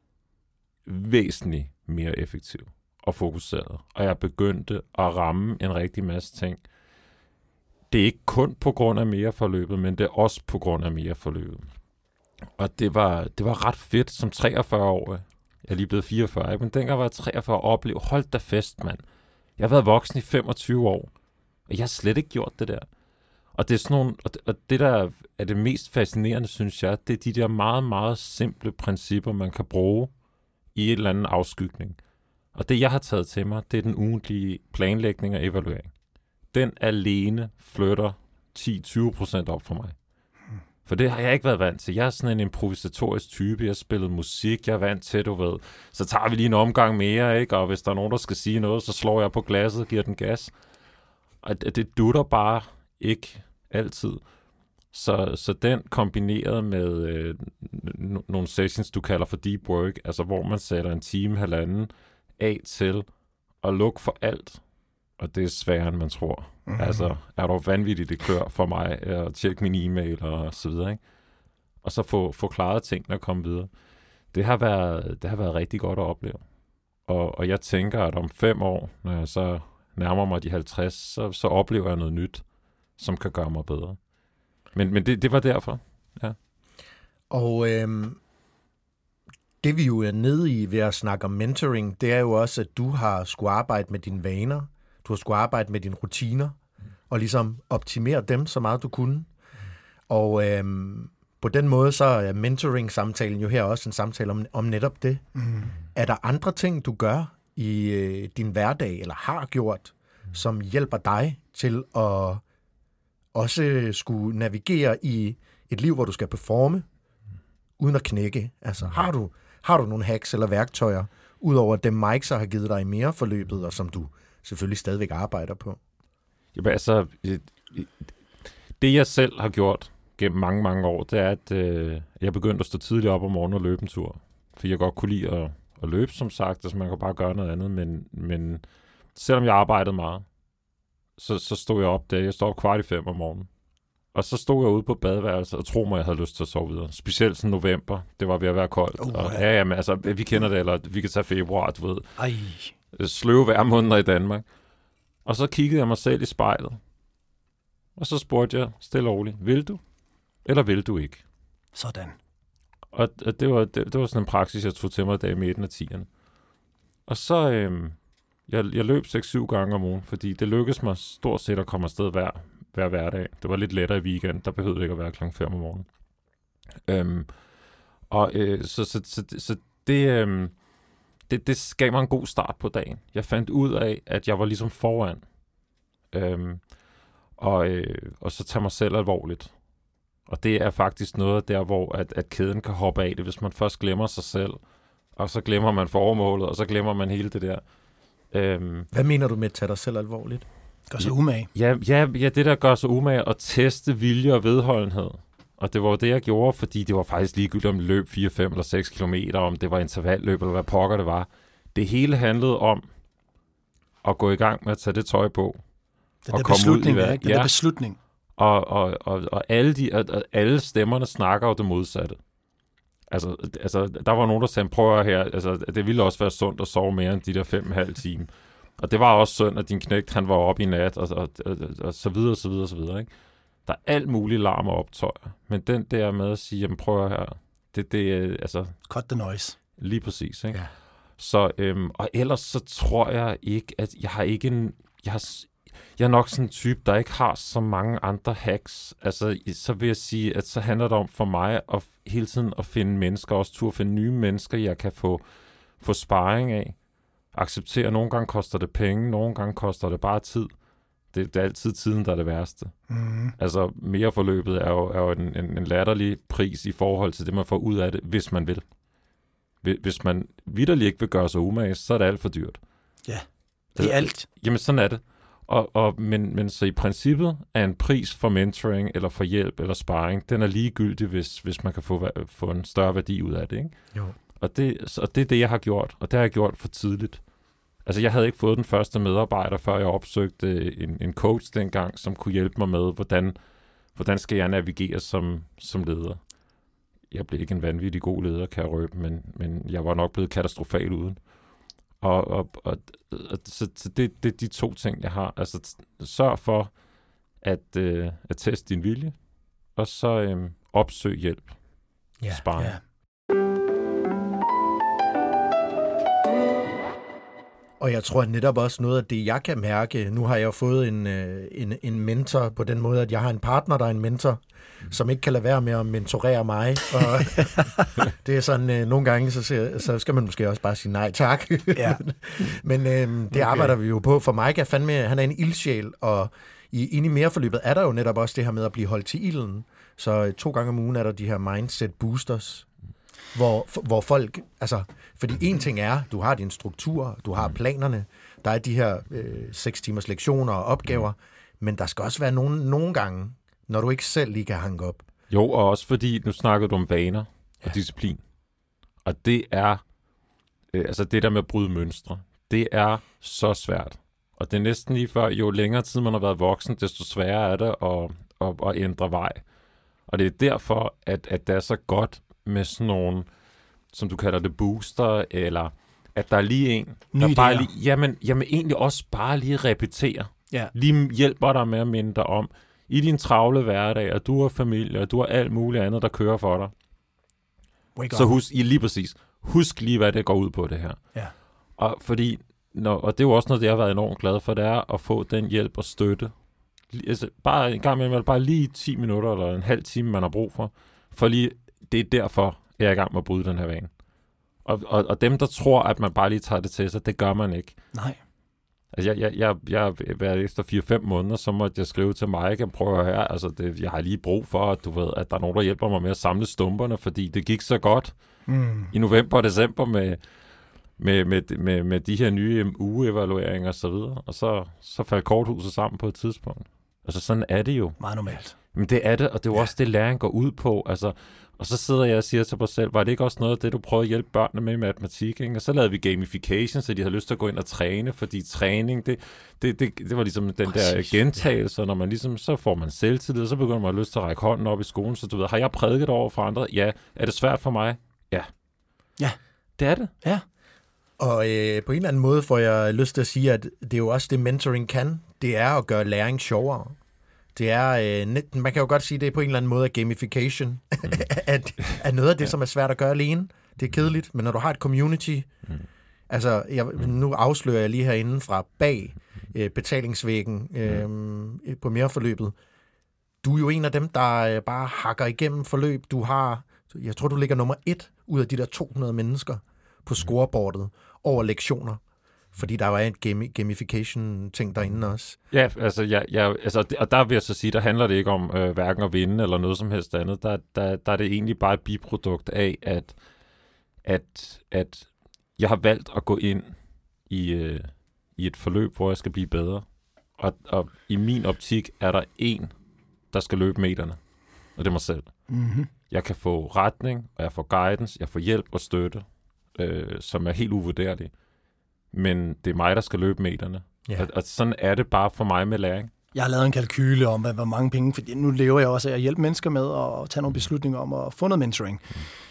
væsentligt mere effektiv og fokuseret. Og jeg begyndte at ramme en rigtig masse ting. Det er ikke kun på grund af mere forløbet, men det er også på grund af mere forløbet. Og det var ret fedt som 43-årig. Jeg er lige blevet 44, ikke? Men dengang var jeg 43 og oplevede, hold da fest, mand. Jeg har været voksen i 25 år, og jeg har slet ikke gjort det der. Og det er sådan nogle, og det der er det mest fascinerende, synes jeg, det er de der meget, meget simple principper, man kan bruge i et eller andet afskygning. Og det, jeg har taget til mig, det er den ugentlige planlægning og evaluering. Den alene flytter 10-20% op for mig. For det har jeg ikke været vant til. Jeg er sådan en improvisatorisk type. Jeg har spillet musik. Jeg er vant til, du ved. Så tager vi lige en omgang mere, ikke? Og hvis der er nogen, der skal sige noget, så slår jeg på glasset og giver den gas. Og det dutter bare ikke altid. Så den kombineret med nogle sessions, du kalder for deep work, altså hvor man sætter en time, halvanden af til at lukke for alt. Og det er sværere, end man tror. Mm-hmm. Altså, er der vanvittigt det klør for mig at tjekke min e-mail og så videre, ikke? Og så få klaret tingene og komme videre. Det har været rigtig godt at opleve. Og jeg tænker, at om 5 år, når jeg så nærmer mig de 50, så oplever jeg noget nyt, som kan gøre mig bedre. Men det var derfor, ja. Og det vi jo er nede i ved at snakke om mentoring, det er jo også, at du har skulle arbejde med dine vaner, du har skulle arbejde med dine rutiner, og ligesom optimere dem så meget du kunne. Og på den måde, så er mentoring-samtalen jo her også en samtale om netop det. Mm. Er der andre ting, du gør i din hverdag, eller har gjort, som hjælper dig til at også skulle navigere i et liv, hvor du skal performe, uden at knække? Altså, har du nogle hacks eller værktøjer, udover dem Mike så har givet dig i mere forløbet, og som du selvfølgelig stadigvæk arbejder på? Jamen, altså, det jeg selv har gjort gennem mange, mange år, det er, at jeg begyndte at stå tidligt op om morgenen og løbe en tur. For jeg godt kunne lide at løbe, som sagt, altså man kan bare gøre noget andet, men selvom jeg arbejdede meget, så stod jeg op der. Jeg stod op 4:15 om morgenen. Og så stod jeg ude på badeværelset og tro mig, jeg havde lyst til at sove videre. Specielt sådan november. Det var ved at være koldt. Og men altså, vi kender det, eller vi kan tage februar, du ved. Sløve vejrmåneder i Danmark. Og så kiggede jeg mig selv i spejlet. Og så spurgte jeg stille og roligt, vil du? Eller vil du ikke? Sådan. Og det var sådan en praksis, jeg tog til mig der i midten af 10'erne. Og så, jeg løb 6-7 gange om ugen, fordi det lykkedes mig stort set at komme afsted hver hverdag. Det var lidt lettere i weekend, der behøvede det ikke at være klokken 5 om morgenen. Så det gav mig en god start på dagen. Jeg fandt ud af, at jeg var ligesom foran. Og så tage mig selv alvorligt. Og det er faktisk noget der, hvor at kæden kan hoppe af det, hvis man først glemmer sig selv, og så glemmer man formålet, og så glemmer man hele det der. Hvad mener du med at tage dig selv alvorligt? Gør sig umage. Ja, det der gør sig umage, og teste vilje og vedholdenhed. Og det var det, jeg gjorde, fordi det var faktisk ligegyldigt, om det løb 4, 5 eller 6 kilometer, om det var intervalløb, eller hvad pokker det var. Det hele handlede om at gå i gang med at tage det tøj på. Den der beslutning, ud i ikke? Den der beslutning. Og alle stemmerne snakker jo det modsatte. Altså, der var nogen, der sagde, prøv her, altså, det ville også være sundt at sove mere end de der 5,5 timer. Og det var også synd, at din knægt, han var oppe i nat, og så videre, så videre, så videre, ikke? Der er alt muligt larm og optøjer. Men den der med at sige, jamen prøv her, det er altså... Cut the noise. Lige præcis, ikke? Ja. Så, og ellers så tror jeg ikke, at jeg er nok sådan en type, der ikke har så mange andre hacks. Altså, så vil jeg sige, at så handler det om for mig at hele tiden at finde mennesker, også turde finde nye mennesker, jeg kan få sparring af. Acceptere, nogle gange koster det penge, nogle gange koster det bare tid. Det er altid tiden, der er det værste. Mm. Altså, mere forløbet er jo en latterlig pris i forhold til det, man får ud af det, hvis man vil. Hvis man vitterligt ikke vil gøre sig umage, så er det alt for dyrt. Ja, det er alt. Jamen, sådan er det. Men så i princippet er en pris for mentoring, eller for hjælp, eller sparring, den er ligegyldig, hvis man kan få en større værdi ud af det, ikke? Jo. Og det er det, jeg har gjort, og det har jeg gjort for tidligt. Altså, jeg havde ikke fået den første medarbejder, før jeg opsøgte en coach dengang, som kunne hjælpe mig med, hvordan skal jeg navigere som leder. Jeg blev ikke en vanvittig god leder, kan jeg røbe, men jeg var nok blevet katastrofal uden. Så det er de to ting, jeg har. Altså, sørg for at teste din vilje, og så opsøg hjælp. Ja, sparring. Ja. Og jeg tror netop også noget af det, jeg kan mærke, nu har jeg jo fået en mentor på den måde, at jeg har en partner, der er en mentor, som ikke kan lade være med at mentorere mig. Og det er sådan, nogle gange, så skal man måske også bare sige nej tak. Ja. Men det arbejder vi jo på. For Mike han er en ildsjæl, og inde i mereforløbet er der jo netop også det her med at blive holdt til ilden. Så 2 gange om ugen er der de her mindset boosters, hvor folk, altså, fordi en ting er, du har din struktur, du har planerne, der er de her 6 timers lektioner og opgaver, men der skal også være nogle gange, når du ikke selv lige kan hanke op. Jo, og også fordi, nu snakkede du om vaner og disciplin, og det er, altså det der med at bryde mønstre, det er så svært, og det er næsten lige før, jo længere tid man har været voksen, desto sværere er det at ændre vej, og det er derfor, at det er så godt med sådan nogle, som du kalder det, booster, eller at der er lige en, der bare lige, jamen egentlig også bare lige repeterer. Ja. Lige hjælper dig med at minde dig om, i din travle hverdag, at du har familie, og du har alt muligt andet, der kører for dig. Så husk lige, hvad det går ud på, det her. Ja. Og fordi, og det er jo også noget, jeg har været enormt glad for, det er at få den hjælp og støtte. Altså, bare en gang imellem, bare lige 10 minutter, eller en halv time, man har brug for. For lige, det er derfor, jeg er i gang med at bryde den her vane. Og dem, der tror, at man bare lige tager det til sig, det gør man ikke. Nej. Altså, jeg været efter 4-5 måneder, så måtte jeg skrive til Mike, og prøve at høre, altså, jeg har lige brug for, at du ved, at der er nogen, der hjælper mig med at samle stumperne, fordi det gik så godt i november og december med de her nye ugeevalueringer og så videre. Og så faldt korthuset sammen på et tidspunkt. Altså, sådan er det jo. Meget normalt. Men det er det, og det er jo også det, læring går ud på. Altså, og så sidder jeg og siger til mig selv, var det ikke også noget af det, du prøvede at hjælpe børnene med i matematik? Ikke? Og så lavede vi gamification, så de havde lyst til at gå ind og træne, fordi træning, det var ligesom den der gentagelse, når man ligesom, så får man selvtillid, og så begynder man at have lyst til at række hånden op i skolen, så du ved, har jeg prædiket over for andre? Ja. Er det svært for mig? Ja. Ja. Det er det. Ja. Og på en eller anden måde får jeg lyst til at sige, at det er jo også det, mentoring kan. Det er at gøre læring sjovere. Det er, man kan jo godt sige, det er på en eller anden måde gamification. at noget af det, som er svært at gøre alene, det er kedeligt, men når du har et community, altså nu afslører jeg lige herinde fra bag betalingsvæggen på mereforløbet, du er jo en af dem, der bare hakker igennem forløb. Jeg tror, du ligger nummer 1 ud af de der 200 mennesker på scoreboardet over lektioner. Fordi der var en gamification-ting derinde også. Ja, altså, og der vil jeg så sige, der handler det ikke om hverken at vinde eller noget som helst andet. Der er det egentlig bare et biprodukt af, at jeg har valgt at gå ind i et forløb, hvor jeg skal blive bedre. Og i min optik er der en, der skal løbe meterne, og det er mig selv. Mm-hmm. Jeg kan få retning, og jeg får guidance, jeg får hjælp og støtte, som er helt uvurderlig. Men det er mig, der skal løbe meterne. Ja. Og sådan er det bare for mig med læring. Jeg har lavet en kalkyle om, hvor mange penge, fordi nu lever jeg også af at hjælpe mennesker med at tage nogle beslutninger om at få noget mentoring.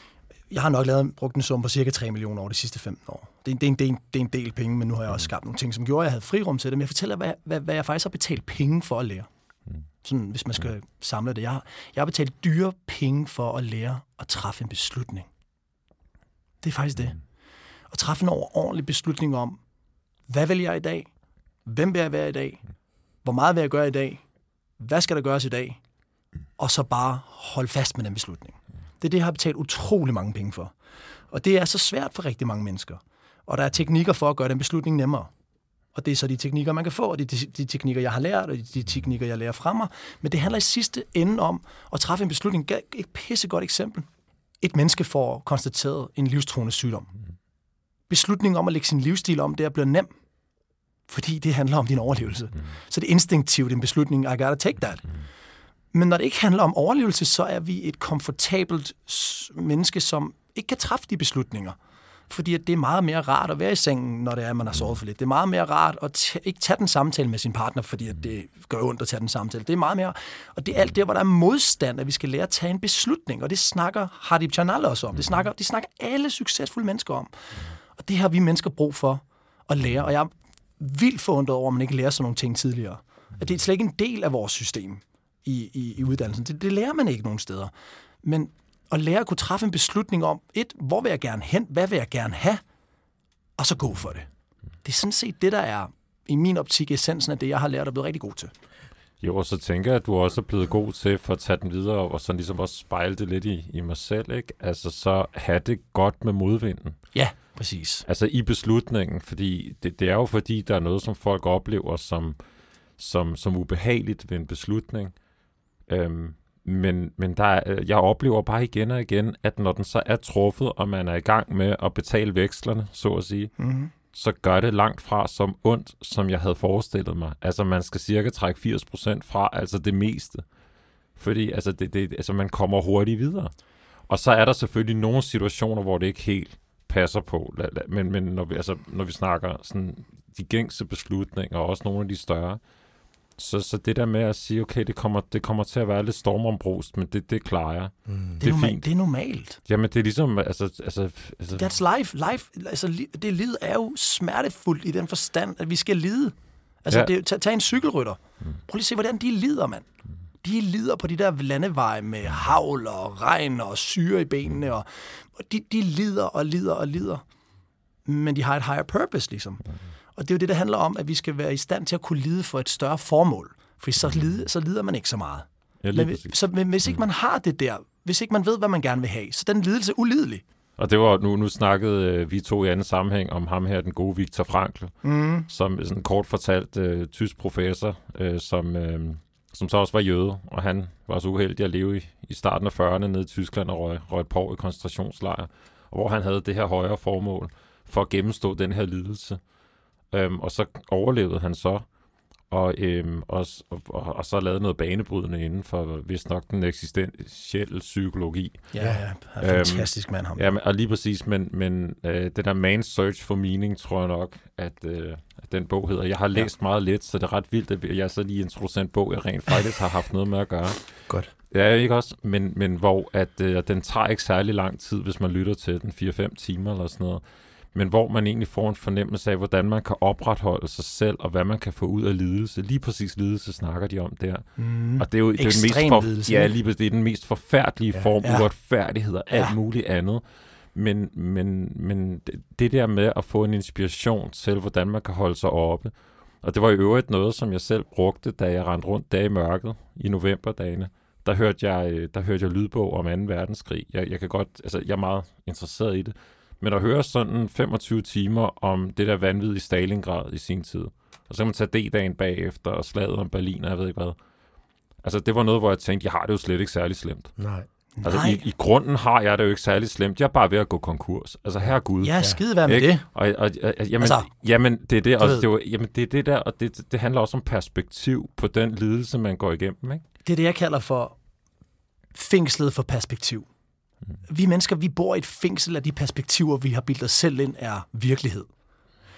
jeg har nok brugt en sum på cirka 3 millioner over de sidste 15 år. Det er en del penge, men nu har jeg også skabt nogle ting, som gjorde, at jeg havde frirum til det. Men jeg fortæller, hvad jeg faktisk har betalt penge for at lære. Sådan, hvis man skal samle det. Jeg har betalt dyre penge for at lære at træffe en beslutning. Det er faktisk det. At træffe en ordentlig beslutning om, hvad vil jeg i dag? Hvem vil jeg være i dag? Hvor meget vil jeg gøre i dag? Hvad skal der gøres i dag? Og så bare holde fast med den beslutning. Det er det, jeg har betalt utrolig mange penge for. Og det er så svært for rigtig mange mennesker. Og der er teknikker for at gøre den beslutning nemmere. Og det er så de teknikker, man kan få, og det er de teknikker, jeg har lært, og de teknikker, jeg lærer fra mig. Men det handler i sidste ende om at træffe en beslutning. Et pissegodt eksempel. Et menneske får konstateret en livstruende sygdom. Beslutningen om at lægge sin livsstil om, det er blevet nem. Fordi det handler om din overlevelse. Så det er instinktivt en beslutning, I gotta take that. Men når det ikke handler om overlevelse, så er vi et komfortabelt menneske, som ikke kan træffe de beslutninger. Fordi det er meget mere rart at være i sengen, når det er, man har sovet for lidt. Det er meget mere rart at ikke tage den samtale med sin partner, fordi det gør ondt at tage den samtale. Det er meget mere, og det er alt det, hvor der er modstand, at vi skal lære at tage en beslutning. Og det snakker Hardeep Chanal også om. Det snakker alle succesfulde mennesker om. Og det har vi mennesker brug for at lære. Og jeg er vildt forundret over, at man ikke lærer sådan nogle ting tidligere. At det er slet ikke en del af vores system i uddannelsen. Det lærer man ikke nogen steder. Men at lære at kunne træffe en beslutning om, hvor vil jeg gerne hen, hvad vil jeg gerne have, og så gå for det. Det er sådan set det, der er i min optik essensen af det, jeg har lært og blevet rigtig god til. Jo, og så tænker jeg, at du også er blevet god til for at tage den videre, og så ligesom også spejle det lidt i mig selv, ikke? Altså så have det godt med modvinden. Ja, præcis. Altså i beslutningen, fordi det er jo fordi, der er noget, som folk oplever som ubehageligt ved en beslutning. Men jeg oplever bare igen og igen, at når den så er truffet, og man er i gang med at betale vekslerne, så at sige, så gør det langt fra som ondt, som jeg havde forestillet mig. Altså man skal cirka trække 80% fra, altså det meste. Fordi altså, man kommer hurtigt videre. Og så er der selvfølgelig nogle situationer, hvor det ikke helt passer på. Men når vi snakker sådan de gængse beslutninger, og også nogle af de større, så det der med at sige, okay, det kommer til at være lidt stormombrust, men det klarer jeg. Det er fint. Det er normalt. Jamen, det er ligesom... That's life. Det livet er jo smertefuldt i den forstand, at vi skal lide. Altså, tag en cykelrytter. Prøv lige at se, hvordan de lider, mand. De lider på de der landeveje med hagl og regn og syre i benene, og de lider og lider og lider. Men de har et higher purpose, ligesom. Og det er jo det, der handler om, at vi skal være i stand til at kunne lide for et større formål. For så lider man ikke så meget. Ja, men hvis ikke man har det der, hvis ikke man ved, hvad man gerne vil have, så er den lidelse ulidelig. Og det var, nu snakkede vi to i anden sammenhæng om ham her, den gode Viktor Frankl, som sådan kort fortalt tysk professor, som så også var jøde, og han var så uheldig at leve i starten af 40'erne nede i Tyskland og røg et par år i koncentrationslejr, og hvor han havde det her højere formål for at gennemstå den her lidelse. Og så overlevede han så, og så lavede noget banebrydende inden for vist nok den eksistentielle psykologi. Ja, fantastisk mand ham. Ja, og lige præcis, men det der Man's Search for Meaning, tror jeg nok, at den bog hedder. Jeg har læst meget lidt, så det er ret vildt, at jeg så lige introducerer en bog, jeg rent faktisk har haft noget med at gøre. Godt. Ja, ikke også? Men hvor den tager ikke særlig lang tid, hvis man lytter til den, 4-5 timer eller sådan noget. Men hvor man egentlig får en fornemmelse af, hvordan man kan opretholde sig selv, og hvad man kan få ud af lidelse. Lige præcis lidelse snakker de om der. Og det er jo det er den mest forfærdelige form, uretfærdighed og alt muligt andet. Men det der med at få en inspiration til, hvordan man kan holde sig oppe. Og det var i øvrigt noget, som jeg selv brugte, da jeg rendte rundt der i mørket i novemberdagene. Der hørte jeg lydbog om 2. verdenskrig. Jeg er meget interesseret i det. Men at høre sådan 25 timer om det der vanvid i Stalingrad i sin tid, og så kan man tage D-dagen bagefter og slaget om Berlin, og jeg ved ikke hvad. Altså, det var noget, hvor jeg tænkte, jeg har det jo slet ikke særlig slemt. Nej. Altså, i grunden har jeg det jo ikke særlig slemt. Jeg er bare ved at gå konkurs. Altså, herregud. Ja, skide være med det. Jamen, det er det. Det er det der, og det handler også om perspektiv på den lidelse, man går igennem, ikke? Det er det, jeg kalder for fængslet for perspektiv. Vi mennesker, vi bor i et fængsel af de perspektiver, vi har bildet os selv ind, er virkelighed.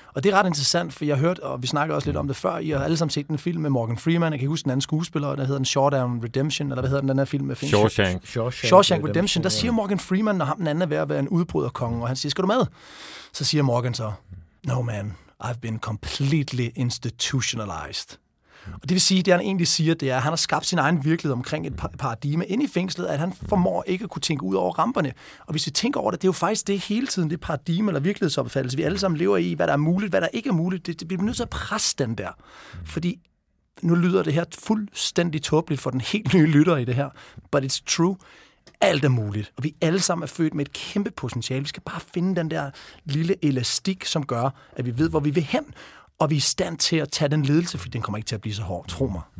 Og det er ret interessant, for jeg har hørt, og vi snakkede også lidt om det før, I har alle sammen set en film med Morgan Freeman, jeg kan huske den anden skuespiller, der hedder den Shawshank Redemption, eller hvad hedder den her film med Shawshank Redemption. Der siger Morgan Freeman, når ham den anden er ved at være en udbryderkonge, og han siger, skal du med? Så siger Morgan så, no man, I've been completely institutionalized. Og det vil sige, det han egentlig siger, det er, at han har skabt sin egen virkelighed omkring et paradigme inde i fængslet, at han formår ikke at kunne tænke ud over ramperne. Og hvis vi tænker over det, det er jo faktisk det hele tiden, det paradigme eller virkelighedsopfattelse, vi alle sammen lever i, hvad der er muligt, hvad der ikke er muligt. Det bliver nødt til at presse den der. Fordi nu lyder det her fuldstændig tåbeligt for den helt nye lytter i det her, but it's true. Alt er muligt, og vi alle sammen er født med et kæmpe potentiale. Vi skal bare finde den der lille elastik, som gør, at vi ved, hvor vi vil hen. Og vi er i stand til at tage den ledelse, fordi den kommer ikke til at blive så hård. Tro mig.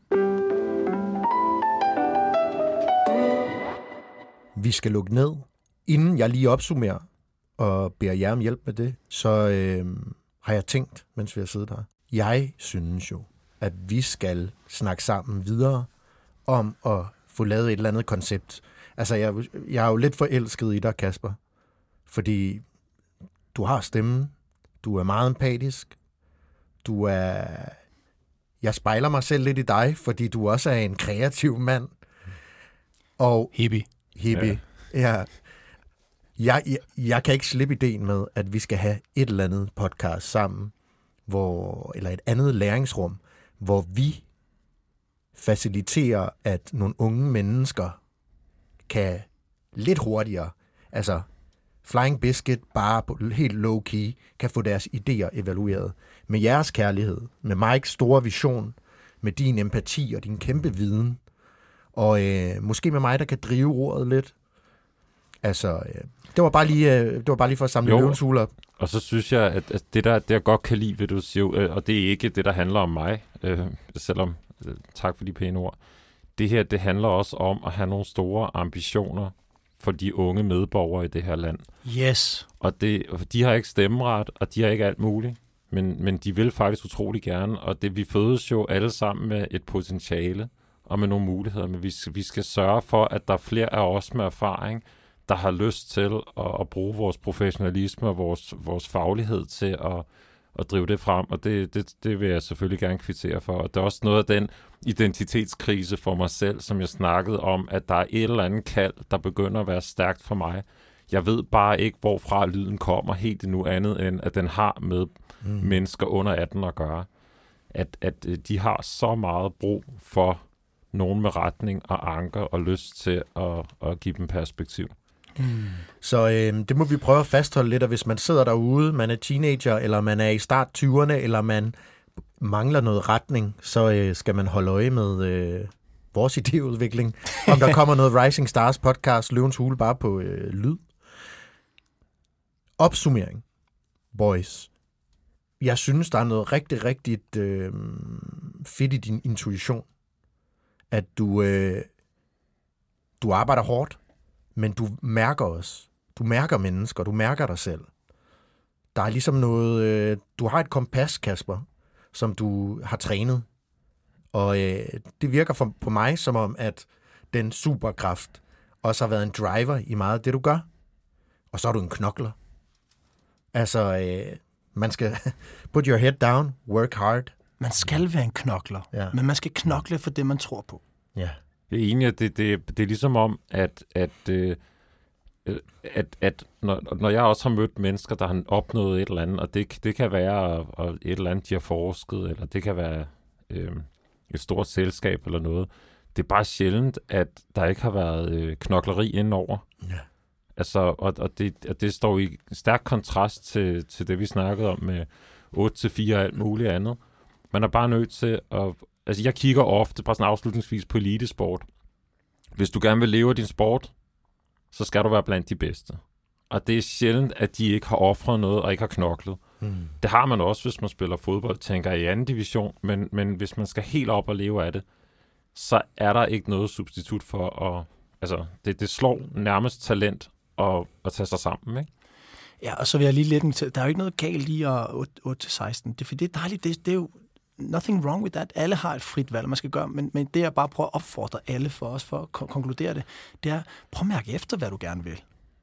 Vi skal lukke ned. Inden jeg lige opsummerer og beder jer om hjælp med det, så har jeg tænkt, mens vi har siddet her. Jeg synes jo, at vi skal snakke sammen videre om at få lavet et eller andet koncept. Altså, jeg er jo lidt forelsket i dig, Kasper. Fordi du har stemmen. Du er meget empatisk. Jeg spejler mig selv lidt i dig, fordi du også er en kreativ mand. Og hippie. Ja. Jeg kan ikke slippe ideen med, at vi skal have et eller andet podcast sammen, eller et andet læringsrum, hvor vi faciliterer, at nogle unge mennesker kan lidt hurtigere, altså Flying Biscuit, bare på helt low-key, kan få deres idéer evalueret. Med jeres kærlighed, med Mikes store vision, med din empati og din kæmpe viden, og måske med mig, der kan drive ordet lidt. Altså, det var bare lige for at samle løvens hule op. Og så synes jeg, at det jeg godt kan lide, ved du siger, og det er ikke det, der handler om mig, selvom, tak for de pæne ord. Det her, det handler også om at have nogle store ambitioner for de unge medborgere i det her land. Yes. Og de har ikke stemmeret, og de har ikke alt muligt, men de vil faktisk utrolig gerne, og vi fødes jo alle sammen med et potentiale og med nogle muligheder, men vi skal sørge for, at der er flere af os med erfaring, der har lyst til at bruge vores professionalisme og vores faglighed til at drive det frem, og det vil jeg selvfølgelig gerne kvittere for. Og det er også noget af den identitetskrise for mig selv, som jeg snakkede om, at der er et eller andet kald, der begynder at være stærkt for mig. Jeg ved bare ikke, hvorfra lyden kommer helt endnu andet, end at den har med mennesker under 18 at gøre. At de har så meget brug for nogen med retning og anker og lyst til at give dem perspektiv. Så det må vi prøve at fastholde lidt, og hvis man sidder derude, man er teenager, eller man er i start 20'erne, eller man mangler noget retning, så skal man holde øje med vores idéudvikling. Om der kommer noget Rising Stars podcast, Løvens Hule, bare på lyd. Opsummering. Boys. Jeg synes, der er noget rigtig, rigtig fedt i din intuition. At du arbejder hårdt, men du mærker også. Du mærker mennesker, du mærker dig selv. Der er ligesom noget... du har et kompas, Kasper, som du har trænet. Og det virker på mig som om, at den superkraft også har været en driver i meget af det, du gør. Og så er du en knokler. Altså, man skal put your head down, work hard. Man skal være en knokler, men man skal knokle for det, man tror på. Ja. Jeg er enig, at det er ligesom om, at når jeg også har mødt mennesker, der har opnået et eller andet, og det kan være et eller andet, de har forsket, eller det kan være et stort selskab eller noget. Det er bare sjældent, at der ikke har været knokleri indenover. Ja. Altså, og det står i stærk kontrast til det, vi snakkede om med 8-4 og alt muligt andet. Man er bare nødt til at... Altså, jeg kigger ofte, bare sådan afslutningsvis, på elitesport. Hvis du gerne vil leve af din sport, så skal du være blandt de bedste. Og det er sjældent, at de ikke har offret noget og ikke har knoklet. Det har man også, hvis man spiller fodbold, tænker i anden division, men hvis man skal helt op og leve af det, så er der ikke noget substitut for at... Altså, det slår nærmest talent at tage sig sammen, ikke? Ja, og så vil jeg lige lidt... Der er jo ikke noget galt i 8-16. Det er dejligt. Det er jo nothing wrong with that. Alle har et frit valg, man skal gøre, men det er bare prøve at opfordre alle for os, for at konkludere det, det er, prøv at mærke efter, hvad du gerne vil.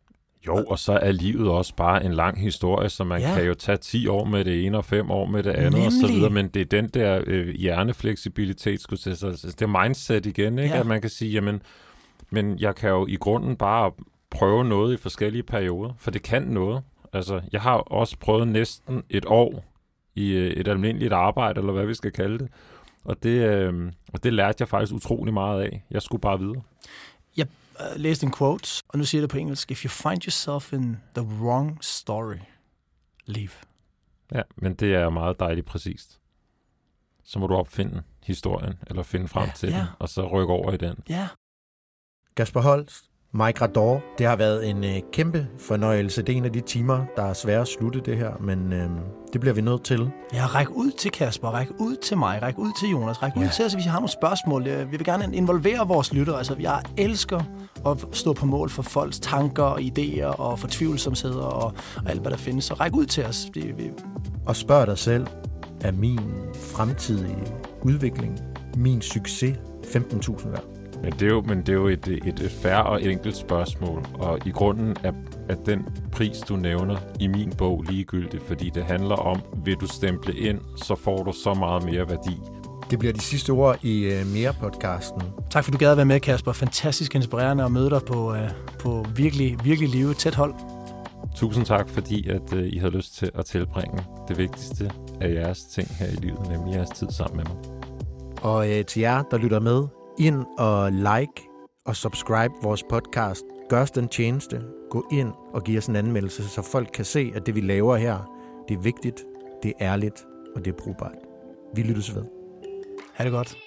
Jo, og så er livet også bare en lang historie, så man kan jo tage 10 år med det ene og 5 år med det andet og så videre, men det er den der hjernefleksibilitet, det er mindset igen, ikke? At man kan sige, jamen, men jeg kan jo i grunden bare prøve noget i forskellige perioder, for det kan noget. Altså, jeg har også prøvet næsten et år i et almindeligt arbejde, eller hvad vi skal kalde det, og det lærte jeg faktisk utrolig meget af. Jeg skulle bare videre. Jeg læste en quote, og nu siger jeg det på engelsk. If you find yourself in the wrong story, leave. Ja, men det er meget dejligt præcist. Så må du opfinde historien, eller finde frem til den, og så rykke over i den. Ja. Kasper Holst, Mike Rador, det har været en kæmpe fornøjelse. Det er en af de timer, der er svære at slutte det her, men det bliver vi nødt til. Ja, ræk ud til Kasper, ræk ud til mig, ræk ud til Jonas, ræk ud til os, hvis I har nogle spørgsmål. Vi vil gerne involvere vores lyttere. Altså, jeg elsker at stå på mål for folks tanker og idéer og fortvivlsomheder og alt, hvad der findes. Så ræk ud til os. Og spørg dig selv, er min fremtidige udvikling, min succes 15.000 værd? Men det er jo et fair og enkelt spørgsmål, og i grunden er den pris, du nævner i min bog ligegyldig, fordi det handler om, vil du stemple ind, så får du så meget mere værdi. Det bliver de sidste ord i Mere-podcasten. Tak fordi du gad at være med, Kasper. Fantastisk inspirerende at møde dig på virkelig, virkelig live tæt hold. Tusind tak, fordi at I havde lyst til at tilbringe det vigtigste af jeres ting her i livet, nemlig jeres tid sammen med mig. Og til jer, der lytter med, ind og like og subscribe vores podcast. Gør os den tjeneste. Gå ind og giv os en anmeldelse, så folk kan se, at det vi laver her, det er vigtigt, det er ærligt og det er brugbart. Vi lyttes ved. Ha' det godt.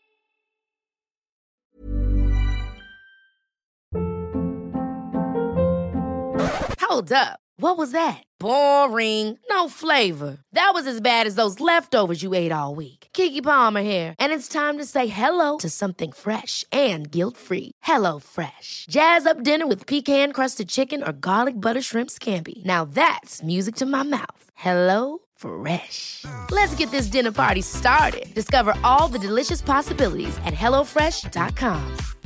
Hold up. What was that? Boring. No flavor. That was as bad as those leftovers you ate all week. Keke Palmer here, and it's time to say hello to something fresh and guilt-free. Hello Fresh. Jazz up dinner with pecan-crusted chicken or garlic butter shrimp scampi. Now that's music to my mouth. Hello Fresh. Let's get this dinner party started. Discover all the delicious possibilities at HelloFresh.com.